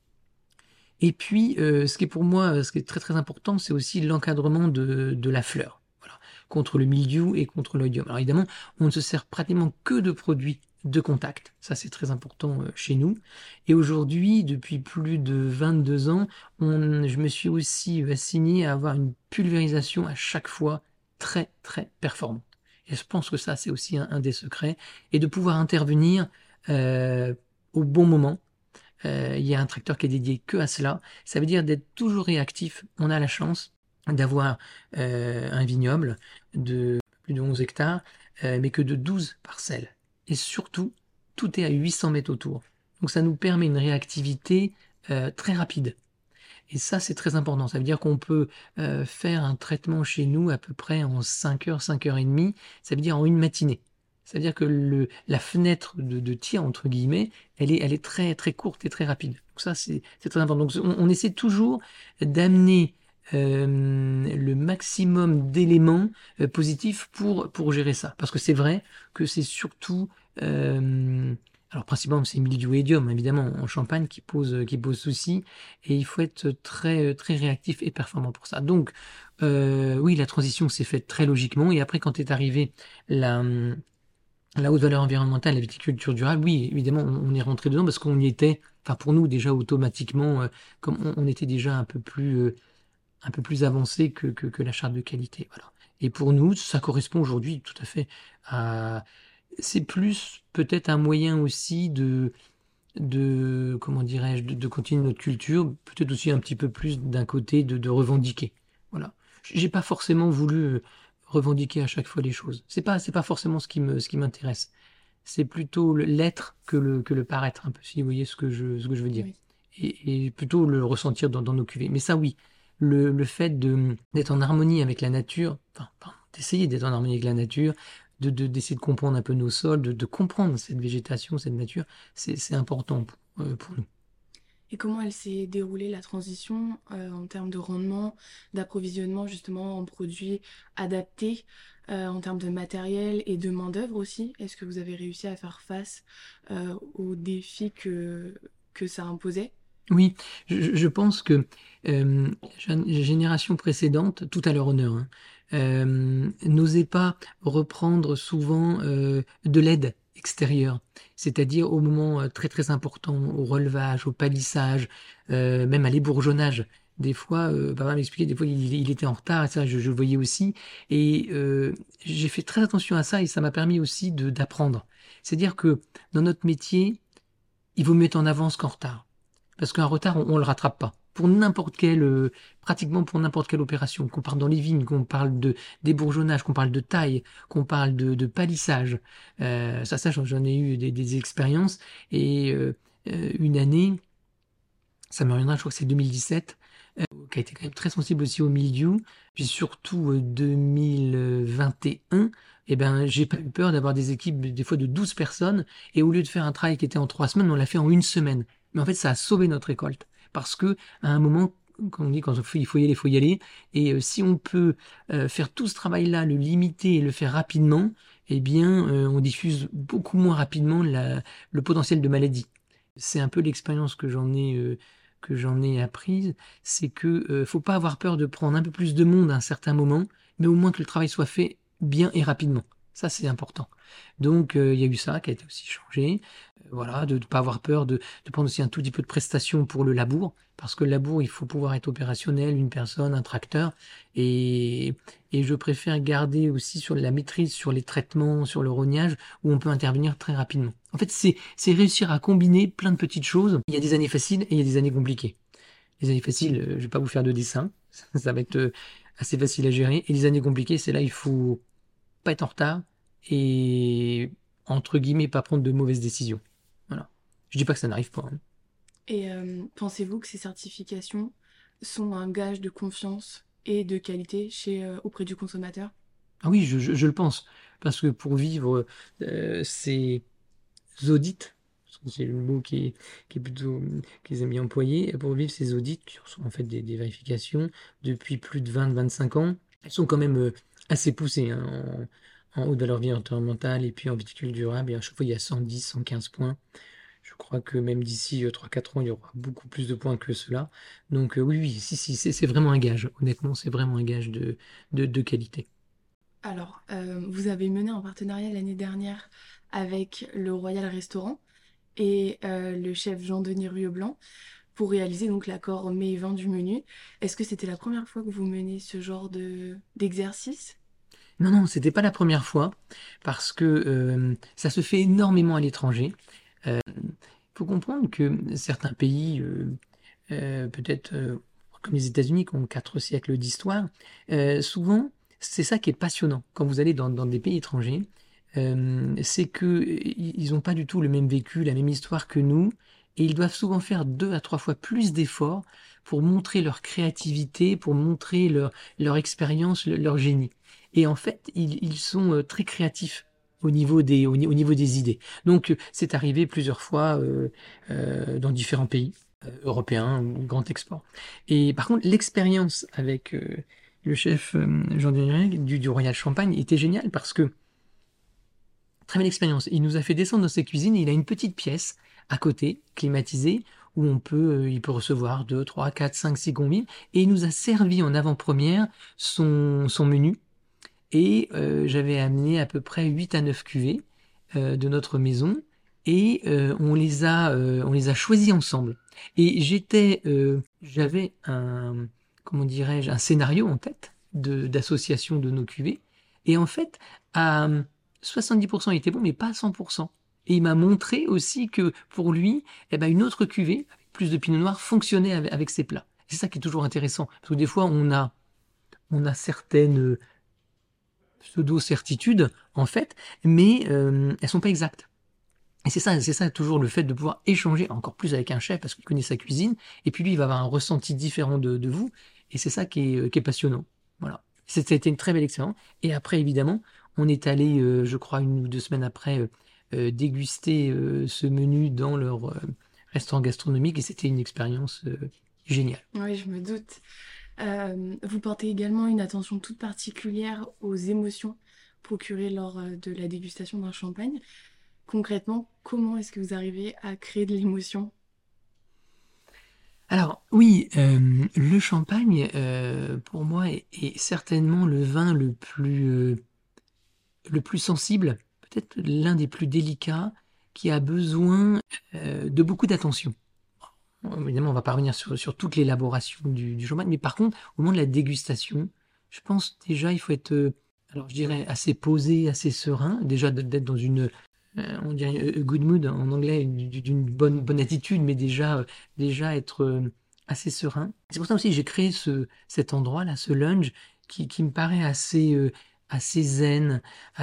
Et puis, ce qui est pour moi, ce qui est très très important, c'est aussi l'encadrement de la fleur. Voilà. contre le mildiou et contre l'oïdium. Alors évidemment, on ne se sert pratiquement que de produits de contact. Ça, c'est très important chez nous. Et aujourd'hui, depuis plus de 22 ans, je me suis aussi assigné à avoir une pulvérisation à chaque fois très, très performante. Et je pense que ça, c'est aussi un des secrets. Et de pouvoir intervenir au bon moment. Il y a un tracteur qui est dédié que à cela. Ça veut dire d'être toujours réactif. On a la chance d'avoir un vignoble de plus de 11 hectares, mais que de 12 parcelles. Et surtout, tout est à 800 mètres autour. Donc ça nous permet une réactivité très rapide. Et ça, c'est très important. Ça veut dire qu'on peut faire un traitement chez nous à peu près en 5 heures, 5 heures et demie. Ça veut dire en une matinée. Ça veut dire que la fenêtre de tir, entre guillemets, elle est très, très courte et très rapide. Donc ça, c'est très important. Donc on essaie toujours d'amener le maximum d'éléments positifs pour gérer ça. Parce que c'est vrai que c'est surtout... alors principalement c'est mildiou et idiome évidemment en Champagne qui pose souci et il faut être très très réactif et performant pour ça. Donc oui, la transition s'est faite très logiquement et après quand est arrivé la haute valeur environnementale, la viticulture durable, oui, évidemment, on est rentré dedans parce qu'on y était, enfin pour nous déjà automatiquement, comme on était déjà un peu plus avancé que la charte de qualité. Voilà. Et pour nous, ça correspond aujourd'hui tout à fait à... C'est plus peut-être un moyen aussi comment dirais-je, de continuer notre culture, peut-être aussi un petit peu plus d'un côté de revendiquer. Voilà. J'ai pas forcément voulu revendiquer à chaque fois les choses. C'est pas forcément ce qui m'intéresse. C'est plutôt l'être que le paraître, un peu, si vous voyez ce que je veux dire. Oui. Et plutôt le ressentir dans nos cuvées. Mais ça, oui, le fait d'être en harmonie avec la nature, enfin, d'essayer d'être en harmonie avec la nature, d'essayer de comprendre un peu nos sols, de comprendre cette végétation, cette nature, c'est important pour nous. Et comment elle s'est déroulée la transition en termes de rendement, d'approvisionnement justement en produits adaptés, en termes de matériel et de main-d'œuvre aussi? Est-ce que vous avez réussi à faire face aux défis que ça imposait? Oui, je pense que les générations précédentes, tout à leur honneur, hein, n'osaient pas reprendre souvent de l'aide extérieure, c'est-à-dire au moment très très important, au relevage, au palissage, même à l'ébourgeonnage. Des fois, papa m'expliquait, des fois il était en retard, et ça je le voyais aussi, et j'ai fait très attention à ça et ça m'a permis aussi d'apprendre. C'est-à-dire que dans notre métier, il vaut mieux être en avance qu'en retard. Parce qu'un retard, on le rattrape pas. Pour n'importe quelle, pratiquement pour n'importe quelle opération, qu'on parle dans les vignes, qu'on parle d'ébourgeonnage, qu'on parle de taille, qu'on parle de palissage. Ça, j'en ai eu des expériences. Et une année, ça me reviendra, je crois que c'est 2017, qui a été quand même très sensible aussi au mildiou. Puis surtout 2021, eh ben, j'ai pas eu peur d'avoir des équipes des fois de 12 personnes. Et au lieu de faire un travail qui était en 3 semaines, on l'a fait en une semaine. Mais en fait, ça a sauvé notre récolte. Parce que à un moment, quand on dit quand il faut y aller, il faut y aller. Et si on peut faire tout ce travail-là, le limiter et le faire rapidement, eh bien, on diffuse beaucoup moins rapidement le potentiel de maladie. C'est un peu l'expérience que j'en ai apprise, c'est que faut pas avoir peur de prendre un peu plus de monde à un certain moment, mais au moins que le travail soit fait bien et rapidement. Ça, c'est important. Donc, il y a eu ça qui a été aussi changé. Voilà, de ne pas avoir peur de prendre aussi un tout petit peu de prestations pour le labour, parce que le labour, il faut pouvoir être opérationnel, une personne, un tracteur, et je préfère garder aussi sur la maîtrise, sur les traitements, sur le rognage, où on peut intervenir très rapidement. En fait, c'est réussir à combiner plein de petites choses. Il y a des années faciles et il y a des années compliquées. Les années faciles, je vais pas vous faire de dessin, ça va être assez facile à gérer. Et les années compliquées, c'est là, il faut pas être en retard et, entre guillemets, pas prendre de mauvaises décisions. Voilà. Je dis pas que ça n'arrive pas, hein. Et pensez-vous que ces certifications sont un gage de confiance et de qualité auprès du consommateur? Ah oui, je le pense. Parce que pour vivre ces audits, parce que c'est le mot qui est plutôt qu'ils aiment bien employer, pour vivre ces audits, qui sont en fait des vérifications depuis plus de 20-25 ans, elles sont quand même assez poussées, hein, en haute valeur environnementale et puis en viticule durable. Et à chaque fois, il y a 110, 115 points. Je crois que même d'ici 3-4 ans, il y aura beaucoup plus de points que cela. Donc oui, si, c'est vraiment un gage. Honnêtement, c'est vraiment un gage de qualité. Alors, vous avez mené un partenariat l'année dernière avec le Royal Restaurant et le chef Jean-Denis Rieux-Blanc pour réaliser donc l'accord mets et vin du menu. Est-ce que c'était la première fois que vous menez ce genre d'exercice? Non, non, c'était pas la première fois, parce que ça se fait énormément à l'étranger. Il faut comprendre que certains pays, peut-être comme les États-Unis, qui ont 4 siècles d'histoire, souvent, c'est ça qui est passionnant quand vous allez dans des pays étrangers, c'est que ils n'ont pas du tout le même vécu, la même histoire que nous, et ils doivent souvent faire 2 à 3 fois plus d'efforts pour montrer leur créativité, pour montrer leur expérience, leur génie. Et en fait, ils sont très créatifs au niveau des idées. Donc, c'est arrivé plusieurs fois dans différents pays européens ou grand export. Et par contre, l'expérience avec le chef Jean-Denis Rieux du Royal Champagne était géniale parce que très belle expérience. Il nous a fait descendre dans ses cuisines et il a une petite pièce à côté, climatisée, où il peut recevoir 2, 3, 4, 5, 6 convives. Et il nous a servi en avant-première son menu. Et j'avais amené à peu près 8 à 9 cuvées de notre maison. Et on les a choisis ensemble. Et j'avais comment dirais-je, un scénario en tête d'association de nos cuvées. Et en fait, à 70% il était bon, mais pas à 100%. Et il m'a montré aussi que pour lui, eh ben, une autre cuvée, avec plus de pinot noir, fonctionnait avec ses plats. C'est ça qui est toujours intéressant. Parce que des fois, on a certaines pseudo-certitudes, en fait, mais elles sont pas exactes. Et c'est ça toujours le fait de pouvoir échanger encore plus avec un chef parce qu'il connaît sa cuisine, et puis lui, il va avoir un ressenti différent de vous, et c'est ça qui est passionnant. Voilà. Ça a été une très belle expérience. Et après, évidemment, on est allé, je crois, 1 ou 2 semaines après, déguster ce menu dans leur restaurant gastronomique, et c'était une expérience géniale. Oui, je me doute. Vous portez également une attention toute particulière aux émotions procurées lors de la dégustation d'un champagne. Concrètement, comment est-ce que vous arrivez à créer de l'émotion? Alors oui, le champagne, pour moi, est certainement le vin le plus sensible, peut-être l'un des plus délicats, qui a besoin de beaucoup d'attention. Évidemment, on va pas revenir sur toute l'élaboration du champagne, mais par contre, au moment de la dégustation, je pense déjà il faut être, alors je dirais assez posé, assez serein, déjà d'être dans on dirait a good mood en anglais, d'une bonne attitude, mais déjà être assez serein. C'est pour ça aussi que j'ai créé cet endroit-là, ce lounge, qui me paraît assez zen,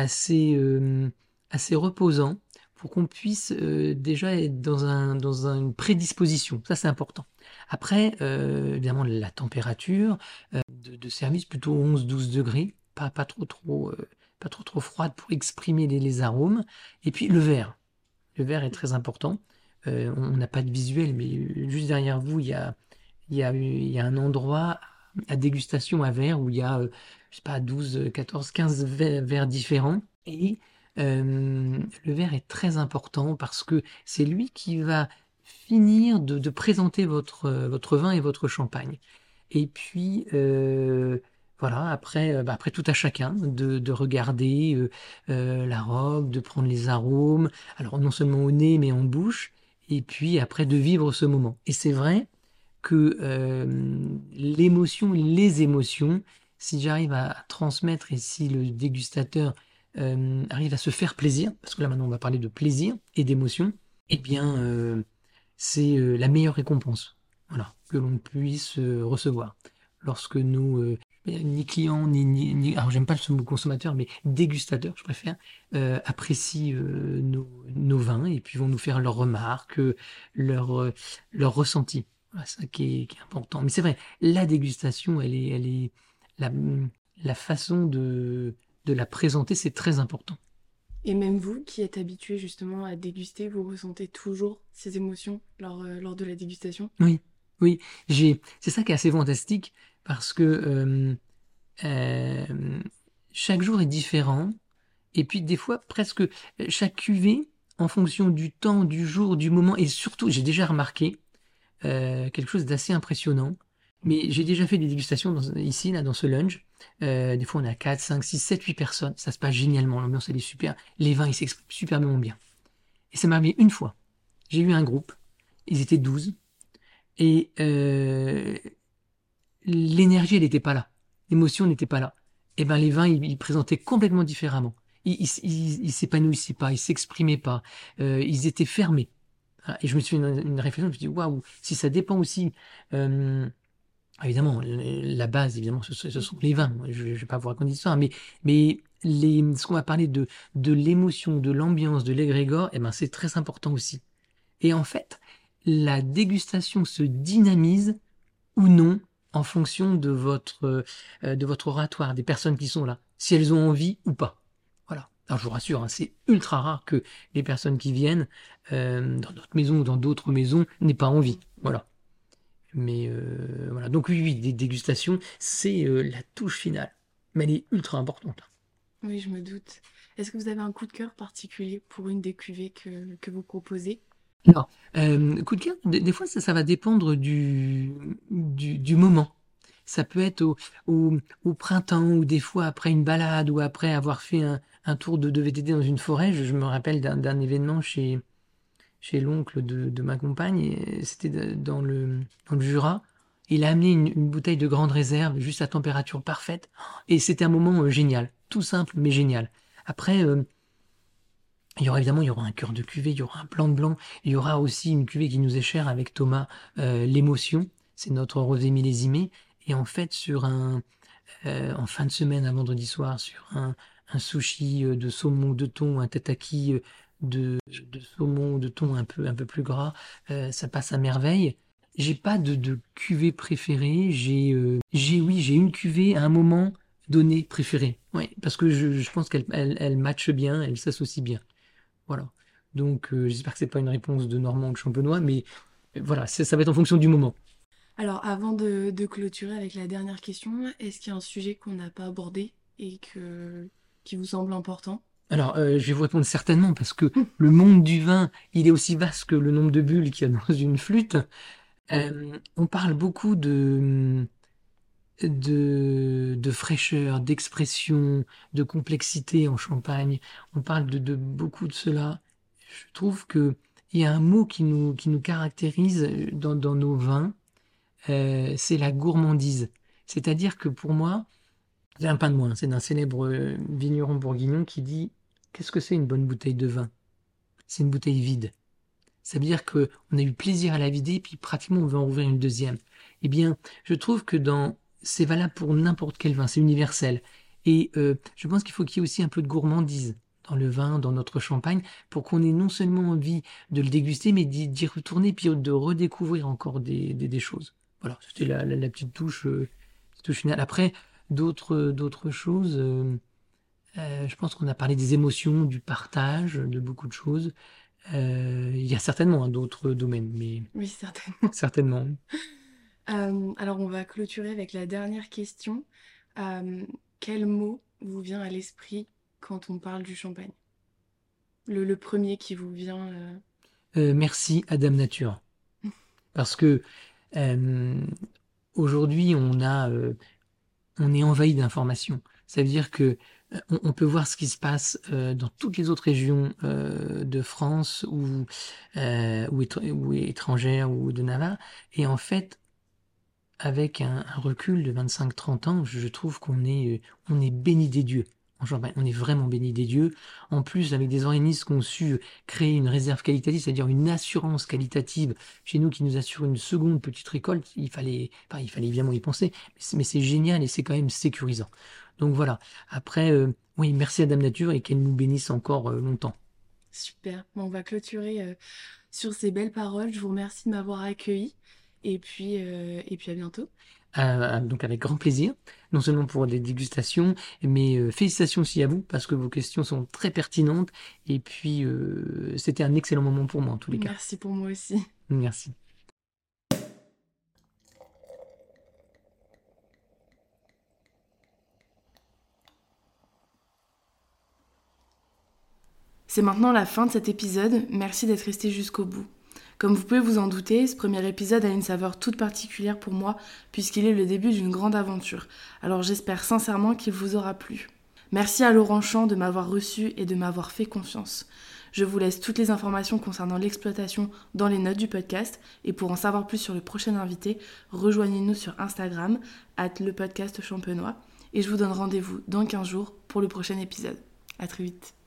assez reposant, pour qu'on puisse déjà être dans une prédisposition. Ça, c'est important. Après, évidemment, la température de service, plutôt 11-12 degrés, pas trop froide pour exprimer les arômes. Et puis le verre. Le verre est très important. On n'a pas de visuel, mais juste derrière vous, il y a un endroit à dégustation à verre où il y a, je sais pas, 12, 14, 15 verres différents. Et le verre est très important parce que c'est lui qui va finir de présenter votre vin et votre champagne. Et puis, voilà, après tout à chacun de regarder la robe, de prendre les arômes, alors non seulement au nez, mais en bouche, et puis après de vivre ce moment. Et c'est vrai que l'émotion, les émotions, si j'arrive à transmettre et si le dégustateur arrive à se faire plaisir, parce que là maintenant on va parler de plaisir et d'émotion, eh bien c'est la meilleure récompense, voilà, que l'on puisse recevoir. Lorsque ni clients, alors j'aime pas le mot consommateur, mais dégustateurs, je préfère, apprécient nos vins et puis vont nous faire leurs remarques, leur ressenti. Voilà, ça qui est important. Mais c'est vrai, la dégustation, la façon de la présenter, c'est très important. Et même vous, qui êtes habitué justement à déguster, vous ressentez toujours ces émotions lors de la dégustation? Oui, oui, c'est ça qui est assez fantastique parce que chaque jour est différent et puis des fois presque chaque cuvée en fonction du temps, du jour, du moment et surtout j'ai déjà remarqué quelque chose d'assez impressionnant. Mais j'ai déjà fait des dégustations ici là dans ce lunch Des fois, on a 4, 5, 6, 7, 8 personnes. Ça se passe génialement. L'ambiance, elle est super. Les vins, ils s'expriment superbement bien. Et ça m'est arrivé une fois. J'ai eu un groupe. Ils étaient 12. Et l'énergie, elle n'était pas là. L'émotion n'était pas là. Et ben, les vins, ils présentaient complètement différemment. Ils s'épanouissaient pas, ils s'exprimaient pas, ils étaient fermés. Voilà. Et je me suis fait une réflexion, je me suis dit, waouh, si ça dépend aussi, euh, évidemment, la base, évidemment, ce sont les vins. Je ne vais pas vous raconter l'histoire, mais ce qu'on va parler de l'émotion, de l'ambiance, de l'égrégore, eh ben, c'est très important aussi. Et en fait, la dégustation se dynamise ou non en fonction de votre oratoire, des personnes qui sont là, si elles ont envie ou pas. Voilà. Alors je vous rassure, hein, c'est ultra rare que les personnes qui viennent dans notre maison ou dans d'autres maisons n'aient pas envie. Voilà. Mais voilà. Donc oui, des dégustations, c'est la touche finale. Mais elle est ultra importante. Oui, je me doute. Est-ce que vous avez un coup de cœur particulier pour une des cuvées que vous proposez? Alors, coup de cœur, des fois, ça va dépendre du moment. Ça peut être au printemps, ou des fois après une balade, ou après avoir fait un tour de VTT dans une forêt. Je me rappelle d'un événement chez l'oncle de ma compagne, et c'était dans le Jura. Il a amené une bouteille de grande réserve, juste à température parfaite, et c'était un moment génial. Tout simple, mais génial. Après, il y aura un cœur de cuvée, il y aura un blanc de blanc, il y aura aussi une cuvée qui nous est chère avec Thomas, l'émotion. C'est notre rosé millésimé. Et en fait, en fin de semaine, un vendredi soir, sur un sushi de saumon, de thon, un tataki de saumon, de thon un peu plus gras, ça passe à merveille. J'ai pas de cuvée préférée. Oui, j'ai une cuvée à un moment donné préférée. Ouais, parce que je pense qu'elle matche bien, elle s'associe bien. Voilà. Donc, j'espère que c'est pas une réponse de Normand ou de Champenois, mais voilà, ça va être en fonction du moment. Alors, avant de clôturer avec la dernière question, est-ce qu'il y a un sujet qu'on n'a pas abordé et qui vous semble important? Alors, je vais vous répondre certainement, parce que le monde du vin, il est aussi vaste que le nombre de bulles qu'il y a dans une flûte. On parle beaucoup de fraîcheur, d'expression, de complexité en Champagne. On parle de beaucoup de cela. Je trouve que il y a un mot qui nous caractérise dans nos vins, c'est la gourmandise. C'est-à-dire que pour moi, c'est un pain de moi, hein, c'est d'un célèbre vigneron bourguignon qui dit: qu'est-ce que c'est une bonne bouteille de vin? C'est une bouteille vide. Ça veut dire qu'on a eu plaisir à la vider, puis pratiquement on veut en ouvrir une deuxième. Eh bien, je trouve que c'est valable pour n'importe quel vin, c'est universel. Et je pense qu'il faut qu'il y ait aussi un peu de gourmandise dans le vin, dans notre champagne, pour qu'on ait non seulement envie de le déguster, mais d'y retourner, puis de redécouvrir encore des choses. Voilà, c'était la petite touche finale. Après, d'autres choses, je pense qu'on a parlé des émotions, du partage, de beaucoup de choses. Il y a certainement d'autres domaines, mais Oui, certainement. certainement. Alors, on va clôturer avec la dernière question. Euh, Quel mot vous vient à l'esprit quand on parle du champagne? Le premier qui vous vient. Merci à Dame Nature. Parce que euh, aujourd'hui, on est envahi d'informations. Ça veut dire que on peut voir ce qui se passe dans toutes les autres régions de France ou étrangères ou de Navarre. Et en fait, avec un recul de 25-30 ans, je trouve on est béni des dieux. En Champagne, on est vraiment béni des dieux. En plus, avec des organismes qui ont su créer une réserve qualitative, c'est-à-dire une assurance qualitative chez nous qui nous assure une seconde petite récolte, il fallait évidemment y penser, mais c'est génial et c'est quand même sécurisant. Donc voilà. Après, oui, merci à Dame Nature et qu'elle nous bénisse encore longtemps. Super. Bon, on va clôturer sur ces belles paroles. Je vous remercie de m'avoir accueilli. Et puis à bientôt. Donc avec grand plaisir, non seulement pour des dégustations, mais félicitations aussi à vous parce que vos questions sont très pertinentes et puis c'était un excellent moment pour moi en tous les cas. Merci pour moi aussi. Merci. C'est maintenant la fin de cet épisode. Merci d'être resté jusqu'au bout. Comme vous pouvez vous en douter, ce premier épisode a une saveur toute particulière pour moi puisqu'il est le début d'une grande aventure. Alors j'espère sincèrement qu'il vous aura plu. Merci à Laurent Champ de m'avoir reçu et de m'avoir fait confiance. Je vous laisse toutes les informations concernant l'exploitation dans les notes du podcast et pour en savoir plus sur le prochain invité, rejoignez-nous sur Instagram @lepodcastchampenois et je vous donne rendez-vous dans 15 jours pour le prochain épisode. À très vite.